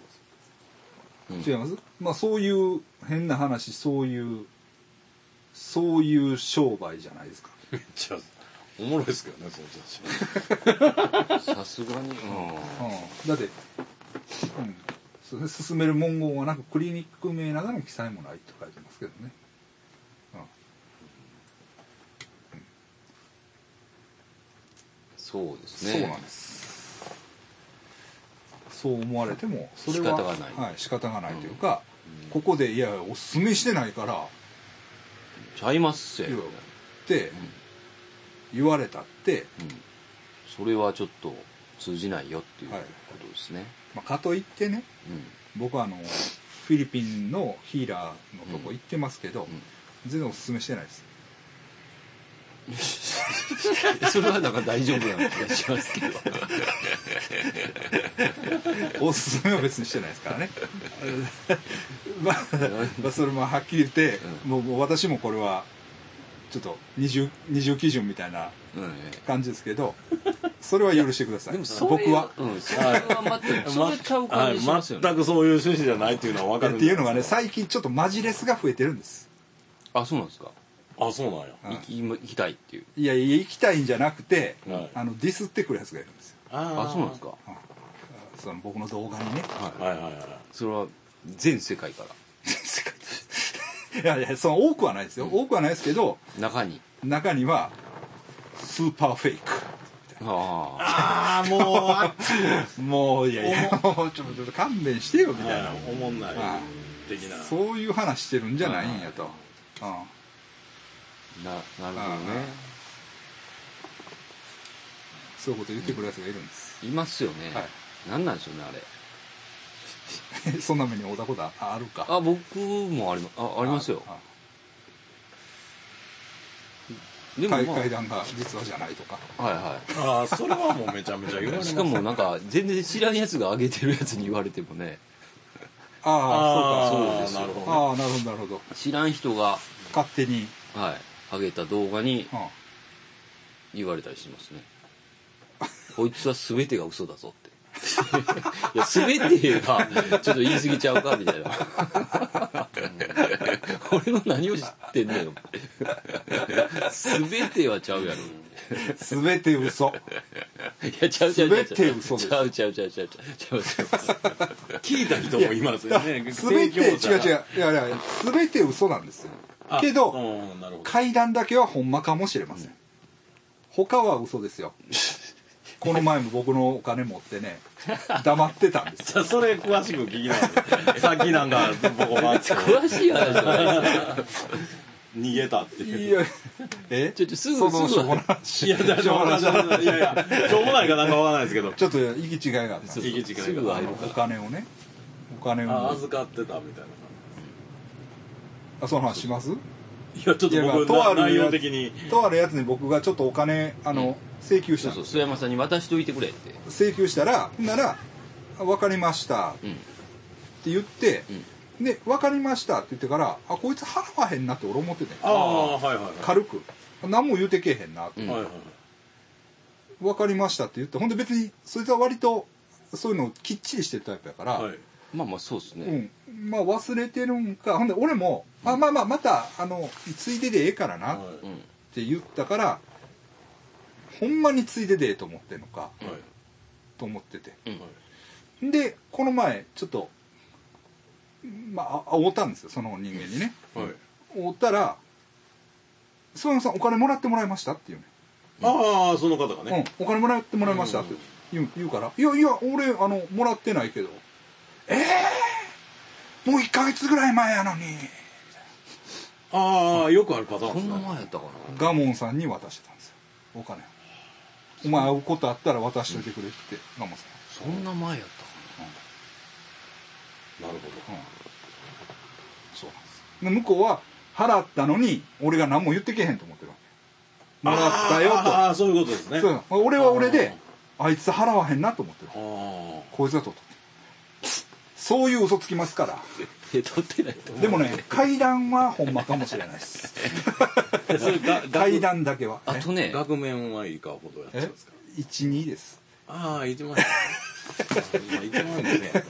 うん、違います。まあそういう変な話そういうそういう商売じゃないですか。 めっちゃおもろいですけどねその写真さすがに、うんうん、 だって、うん、進める文言はなくクリニック名などの記載もないと書いてますけどね、うんうん、 そうですね。 そうなんです。そう思われてもそれは仕方がない、 はい、仕方がないというか、うん、ここでいやおすすめしてないからちゃいますよって、うん言われたって、うん、 それはちょっと通じないよっていうことですね、はいまあ、かといってね、うん、僕はあのフィリピンのヒーラーのとこ行ってますけど、うんうん、全然おすすめしてないですそれはなんか大丈夫な気がしますけどおすすめは別にしてないですからねまあ、まあ、それもはっきり言って、うん、もう、もう私もこれはちょっと二重、二重基準みたいな感じですけど、それは許してください。でも僕は、うん、それは待ってそれちゃう感じしますよね。 全くそういう趣旨じゃないっていうのは分かるんですっていうのがね最近ちょっとマジレスが増えてるんです。 あそうなんですか。 あそうなんや、 うん、行き、行きたいっていう。 いやいや行きたいんじゃなくて、はい、あのディスってくるやつがいるんですよ。 ああそうなんですか、うん、 その僕の動画にね、 はいはいはいはい、それは全世界から全世界いやいやその多くはないですよ、うん、多くはないですけど中に中にはスーパーフェイクああもうもういやいやもうちょっと勘弁してよみたいなおもんない的なそういう話してるんじゃないんやと、うん、 な, なるほどね。 そういうこと言ってくるやつがいるんです、 うん、いますよね、 はい、 なんなんでしょうねあれそんな目に遭ったことあるか。 あ僕もあり ま, あありますよ。 あでも、まあ、 階段が実はじゃないとか。 はいはい。 ああそれはもうめちゃめちゃ言われますしかもなんか全然知らんやつが上げてるやつに言われてもね。 ああそうか。 そうですよ。 なるほど、ね、 ああなるほどなるほど。 知らん人が勝手にはい上げた動画に言われたりしますね。こいつは全てが嘘だぞって。いや全てがちょっと言い過ぎちゃうかみたいな。俺の何を知ってんねん。全てはちゃうやろ。 全て嘘。 いやちゃうちゃうちゃう全て嘘です。 ちゃうちゃうちゃうちゃうちゃうちゃう。 聞いた人もいますよね。 全て違う違ういやいや全て嘘なんですよ。けど階段だけはほんまかもしれません。他は嘘ですよ。この前も僕のお金持ってね黙ってたんですよ。 それ詳しく聞きながらさっきなんか僕は詳しい話じゃない逃げたっていう。 いやえちょっとすぐそのすぐいやいやいやしょうもないかなんかわからないですけどちょっと行き違いがあったんですよ。 行き違いがすぐ会えるお金をねお金をあ預かってたみたいな。 あその話します？ いやちょっと僕とある内容的にとあるやつに僕がちょっとお金あの、うん、請求したんですそうそう須山さんに渡しといてくれって請求したらほんなら「分かりました」って言って、うん、で「分かりました」って言ってから「あこいつ払わへんな」って俺思っててああはいはい、はい、 軽く何も言うてけへんなって、 うんはいはい、 分かりましたって言ってほんで別にそいつは割とそういうのきっちりしてるタイプやから、はいまあまあそうですね、 うん、まあ忘れてるんかほんで俺も、うん、あまあまあまたあのついででええからなって言ったから、はい、ほんまについででええと思ってんのか、はい、と思ってて、うん、でこの前ちょっとまあ会うたんですよその人間にね、はい、会ったら「諏訪さんお金もらってもらいました?」って言うね、 ああその方がね、 うん、お金もらってもらいましたって言う、言うから「いやいや俺あのもらってないけど」えー、もういっかげつぐらい前やのに。 ああよくあるパターンですね。 そんな前やったかな。 ガモンさんに渡してたんですよお金を。お前会うことあったら渡しといてくれって、うん、ガモンさんそんな前やったかな、うん、なるほど、うん、 そうなんですで向こうは払ったのに俺が何も言ってけへんと思ってるわけ。もらったよと。 ああそういうことですね。 そう俺は俺であいつ払わへんなと思ってる。こいつだとそういう嘘つきますから。 取ってないとでもね階段はほんまかもしれないです階段だけはあとね額面はいいかほどやったんですか。 いちにですああいちまん円今いちまん円ですね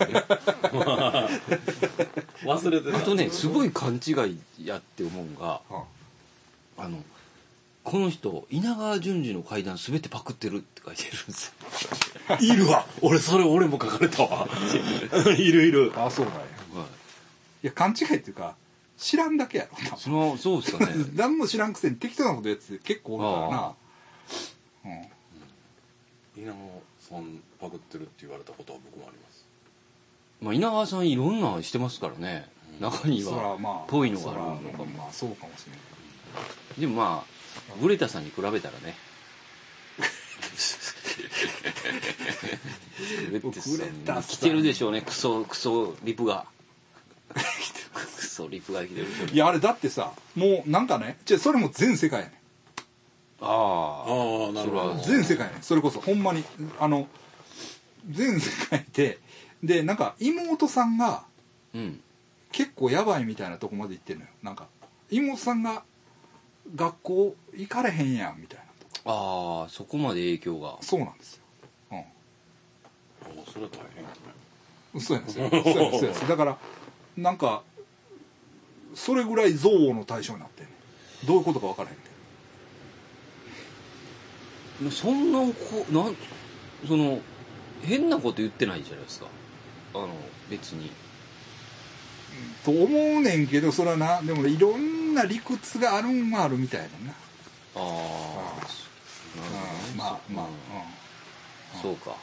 忘れてた。 あとねすごい勘違いやって思うんが、はあ、あのこの人稲川淳二の階段すべてパクってるって書いてるんですよいるわ俺それ俺も書かれたわいるいる。 あそうだよ、はい、いや勘違いっていうか知らんだけやろそのそうですかね何も知らんくせに適当なことやつ結構おるからな、 うん、稲川さんパクってるって言われたことは僕もあります。 まあ稲川さんいろんなしてますからね、うん、中にはぽいのがあるのかも、 まあそうかもしれないでもまあグレタさんに比べたらねグレタさん来てるでしょうねクソクソリプがクソリプが来てるでしょうね。 いやあれだってさもうなんかねじゃそれも全世界やねん。 ああなるほど。 全世界やねんそれこそほんまにあの全世界ででなんか妹さんが、うん、結構やばいみたいなとこまで行ってるのよ。なんか妹さんが学校行かれへんやんみたいなとか。 ああそこまで影響が。 そうなんですよ。うん。あそれは大変やね。 そうやねんそうやねんそうやねんそうやねんだからなんかそれぐらい憎悪の対象になってんねん。どういうことか分からへんけど。そんなこなんその変なこと言ってないじゃないですか。あの別に。 と思うねんけどそれはなでもいろんな理屈があるんはあるみたいだな。 ああ、 まあまあ、 うん、そうか、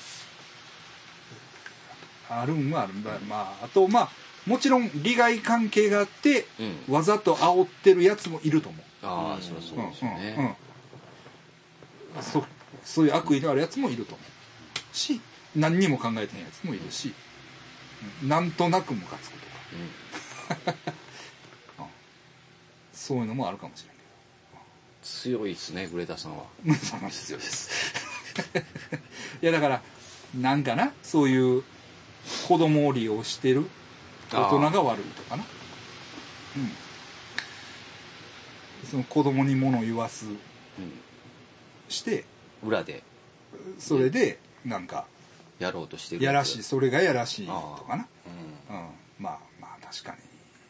うん、あるんはあるんだ。まああとまあもちろん利害関係があって、うん、わざと煽ってるやつもいると思う。 ああそりゃそうですよね、 うんうんうん、そ, そういう悪意のあるやつもいると思うし何にも考えてへんやつもいるし、うん、なんとなくムカつくとか、うん、そういうのもあるかもしれんけど。 強いですねグレタさんは。 強いですいやだからなんかな、そういう子供を利用してる大人が悪いとかな、うん、その子供に物を言わす、うん、して裏でそれでなんかやろうとしてるやらしい、それがやらしいとかな、 うんうん、まあまあ確かに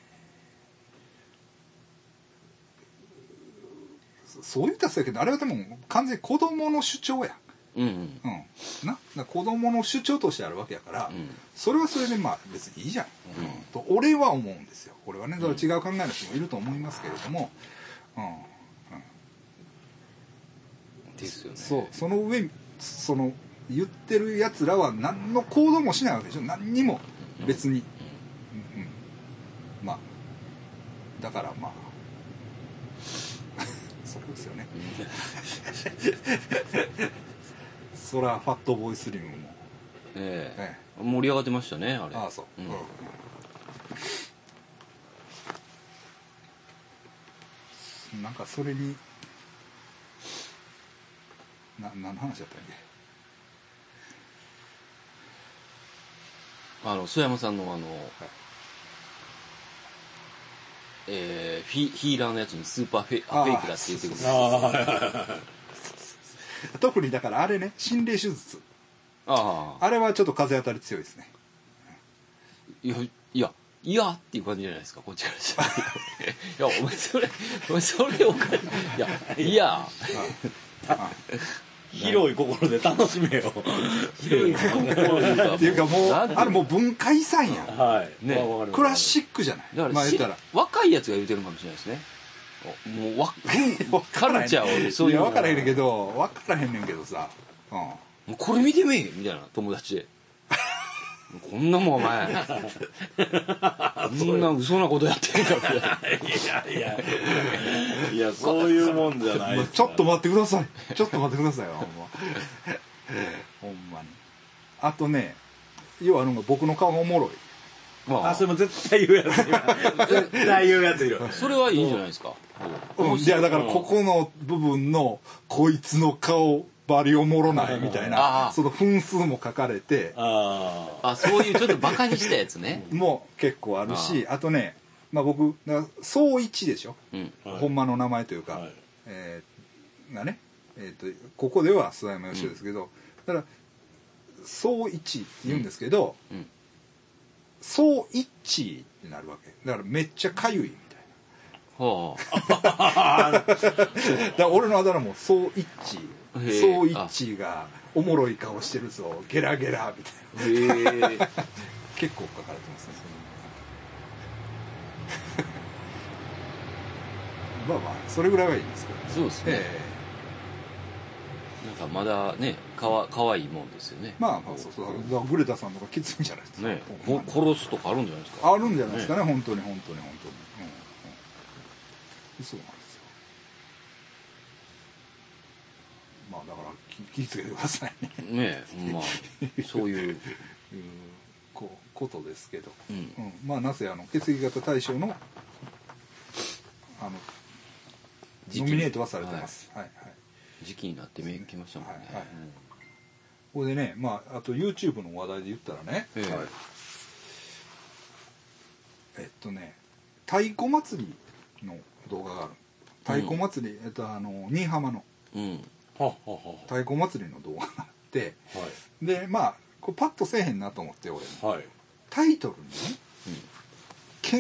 そう言ったらそうやけど、あれはでも完全に子供の主張や、 うんうんうんな、な子供の主張としてあるわけやから、うん、それはそれでまあ別にいいじゃん、うん、と俺は思うんですよ。俺はね、だから違う考えの人もいると思いますけれども、うんうん、 ですよね。 そう、その上にその言ってるやつらは何の行動もしないわけでしょ。何にも別に、うんうん、まあだからまあそうですよねそらファットボーイスリムも、 ええええ、盛り上がってましたねあれ。 ああそう、うんうん、なんかそれにな何の話だったんけ。 あの須山さんのあの、はい、えー、フィヒーラーのやつにスーパーフェイクだって言ってくる。 特にだからあれね、心霊手術、ああ、あれはちょっと風当たり強いですね。 いやいやいやっていう感じじゃないですかこっちからしたらいやお前それお前それおかしい。いやいや広い心で楽しめよ広い心っていうかもうあれもう文化遺産やん、 はいね、クラシックじゃない。 だから、まあ、言ったら若いやつが言うてるかもしれないですね。もうわカルチャーをそういういや分からへんねんけど分からへんねんけどさ、うん、 もうこれ見てみえみたいな友達でこんなもんお前こんな嘘なことやってるからいやいやいやそういうもんじゃないです、ね、 ちょっと待ってくださいちょっと待ってくださいよほんまほんまに。あとね、要はあの僕の顔がおもろい。 あ, あそれも絶対言うやつ絶対言うやついる。 それはいいんじゃないですか。 うん、いやだからここの部分のこいつの顔バリおもろないみたいなその分数も書かれて、 ああそういうちょっとバカにしたやつねもう結構あるし、あ, あとね、まあ、僕総一でしょ、うんはい、ほんまの名前というか、はい、えー、がね、えー、とここでは諏訪山義雄ですけど、うん、だから総一って言うんですけど、うんうん、総一致になるわけだからめっちゃかゆいみたいな、はあ、だから俺のあだ名も総一致、総一致がおもろい顔してるぞゲラゲラみたいな、へ結構書かれてますねまあまあそれぐらいはいいんですけど、ね、 そうですね、えー、なんかまだねかわかわいいもんですよね。 まあまあそうそう、グレタさんとかきついんじゃないですかね。 殺すとかあるんじゃないですか。 あるんじゃないですかね、ね、本当に本当に本当に、うんうん、そうなんですよ。まあだから気をつけてくださいね。 ねえ、まあそういうこことですけど、うんうん、まあなぜあの血液型大賞のあのノミネートはされてます。はい、はいはい、 時期になってきましたもんね。はいはい、うん、 これでね、まああと YouTube の話題で言ったらね、えーはい、えっとね太鼓祭りの動画がある。太鼓祭り、うん、えっとあの新居浜の、うん、太鼓祭りの動画があって、はい、でまあこうパッとせえへんなと思って俺も、はい、タイトルにね、うん、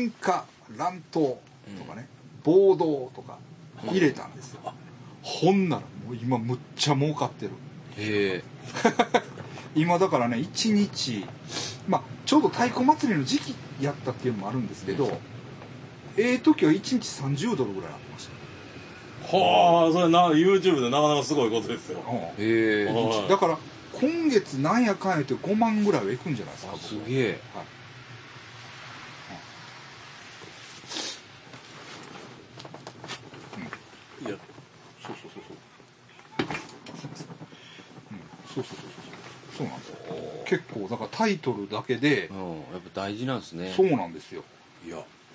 喧嘩乱闘とかね、うん、暴動とか入れたんですよ、うん、ほんならもう今むっちゃ儲かってる。へえ今だからねいちにち、まあちょうど太鼓祭りの時期やったっていうのもあるんですけど、うん、ええ時はいちにちさんじゅうドルぐらいあってました。 はあ、それな YouTube でなかなかすごいことですよ。へえ。だから今月なんやかんやってごまんぐらいはいくんじゃないですか。 すげえ。はい。 うん、いや、そうそうそうそう。うん、そうそうそうそうそう。そうなんですよ。 タイトルだけで、 うん、やっぱ大事なんですね。 そうなんですよ。 いや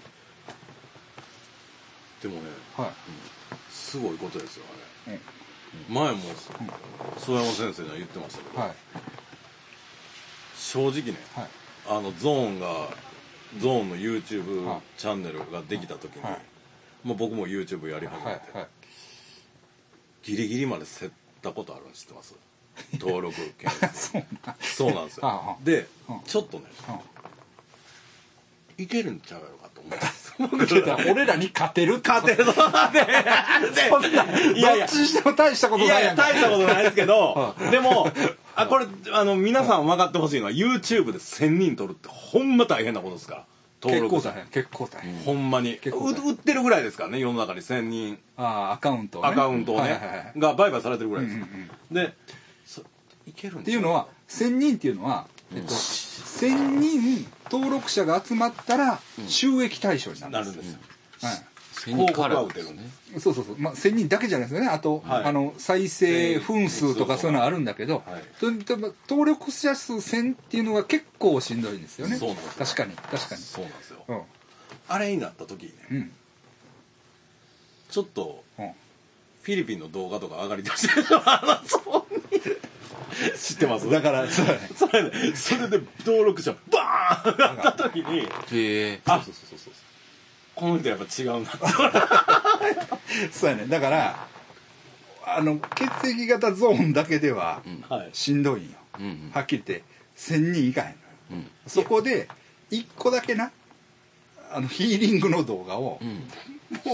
でもね、 はい、 すごいことですよあれ、 うん、 前も諏訪山先生には言ってましたけど、はい、正直ね、はい、あのゾーンがゾーンの YouTube チャンネルができた時に、はい、もう僕も YouTube やり始めて、はいはい、ギリギリまで競ったことあるの知ってます？登録件数そうなんですよで、ちょっとね、いけるんちゃうやろかと思って俺らに勝てる勝てるそんないやいやどっちにしても大したことないやんか。 いやいや大したことないですけどでもあこれあの皆さん分かってほしいのは YouTube でせんにん取るってほんま大変なことですから登録結構大変結構大変、 ほんまに売ってるぐらいですからね世の中にせんにんあアカウントをねアカウントをね、はいはいはい、が売買されてるぐらいです、うんうんうん、でいけるんっていうのはせんにんっていうのは、えっと、せんにん登録者が集まったら収益対象になるんです、うん、なるんですよ、 はい、広告は打てるねそうそうそう、まあ、せんにんだけじゃないですよねあと、はい、あの再生分数とかそういうのあるんだけど、はい、登録者数せんっていうのが結構しんどいんですよね。そうなんですよ確かに確かにそうなんですよ、うん、あれになった時にね、うん、ちょっと、うん、フィリピンの動画とか上がりだしてる知ってますだからそれ、 それ、ね、それで登録者バーン上がった時にへえあそうそうそうそうこの人やっぱ違うなそうやねだからあの血液型ゾーンだけではしんどいんよ、うんうん、はっきり言ってせんにんいかへんのよ、うん、そこでいっこだけなあのヒーリングの動画を、うん、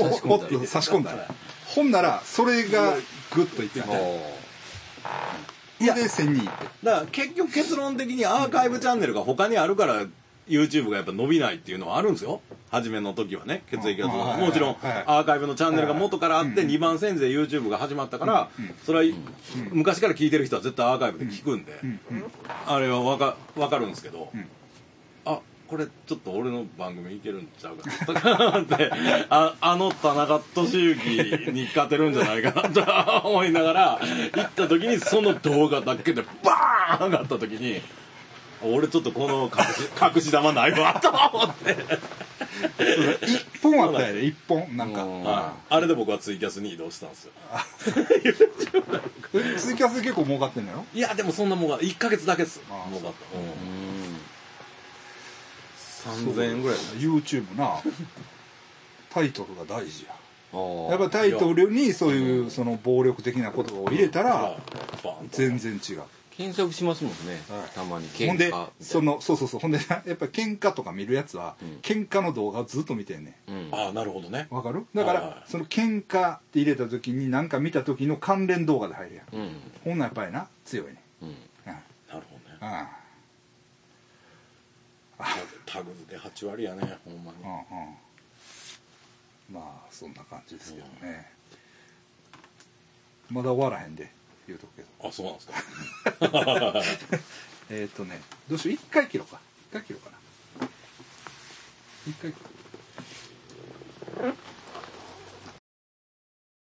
もうもっと差し込んだらほんならそれがグッといっていやでせんにんいってだから結局結論的にアーカイブチャンネルが他にあるから YouTube がやっぱ伸びないっていうのはあるんですよ初めの時はね血液型もちろんアーカイブのチャンネルが元からあってにばん線で YouTube が始まったからそれは昔から聞いてる人は絶対アーカイブで聞くんであれは分か、分かるんですけどあこれちょっと俺の番組いけるんちゃうかなってあ, あの田中俊之に勝てるんじゃないかなと思いながら行った時にその動画だけでバーン上がった時に俺ちょっとこの隠し、隠し玉ないわと思って一本あったやで一本なんか、 はい、あれで僕はツイキャスに移動したんですよツイキャス結構儲かってんのよ。 いやでもそんな儲かったいっかげつだけです儲かったさんぜんえんぐらい YouTube なタイトルが大事ややっぱタイトルにそういうその暴力的なことを入れたら全然違う検索しますもんね、はい、たまに喧嘩ほんでそのそうそうそうほんでやっぱり喧嘩とか見るやつは、うん、喧嘩の動画をずっと見てんねん、 うん、ああなるほどねわかるだから、はい、その喧嘩って入れた時に何か見た時の関連動画で入るやん、うん、ほんなやっぱりな強いね、うんうん、 なるほどねああタグではちわりやねほんまに、うんうん、 まあそんな感じですけどね、うん、まだ終わらへんで言うとくけどあそうなんですかえっとねどうしよういっかい切ろうかいっかい切ろうかないっかい切ろう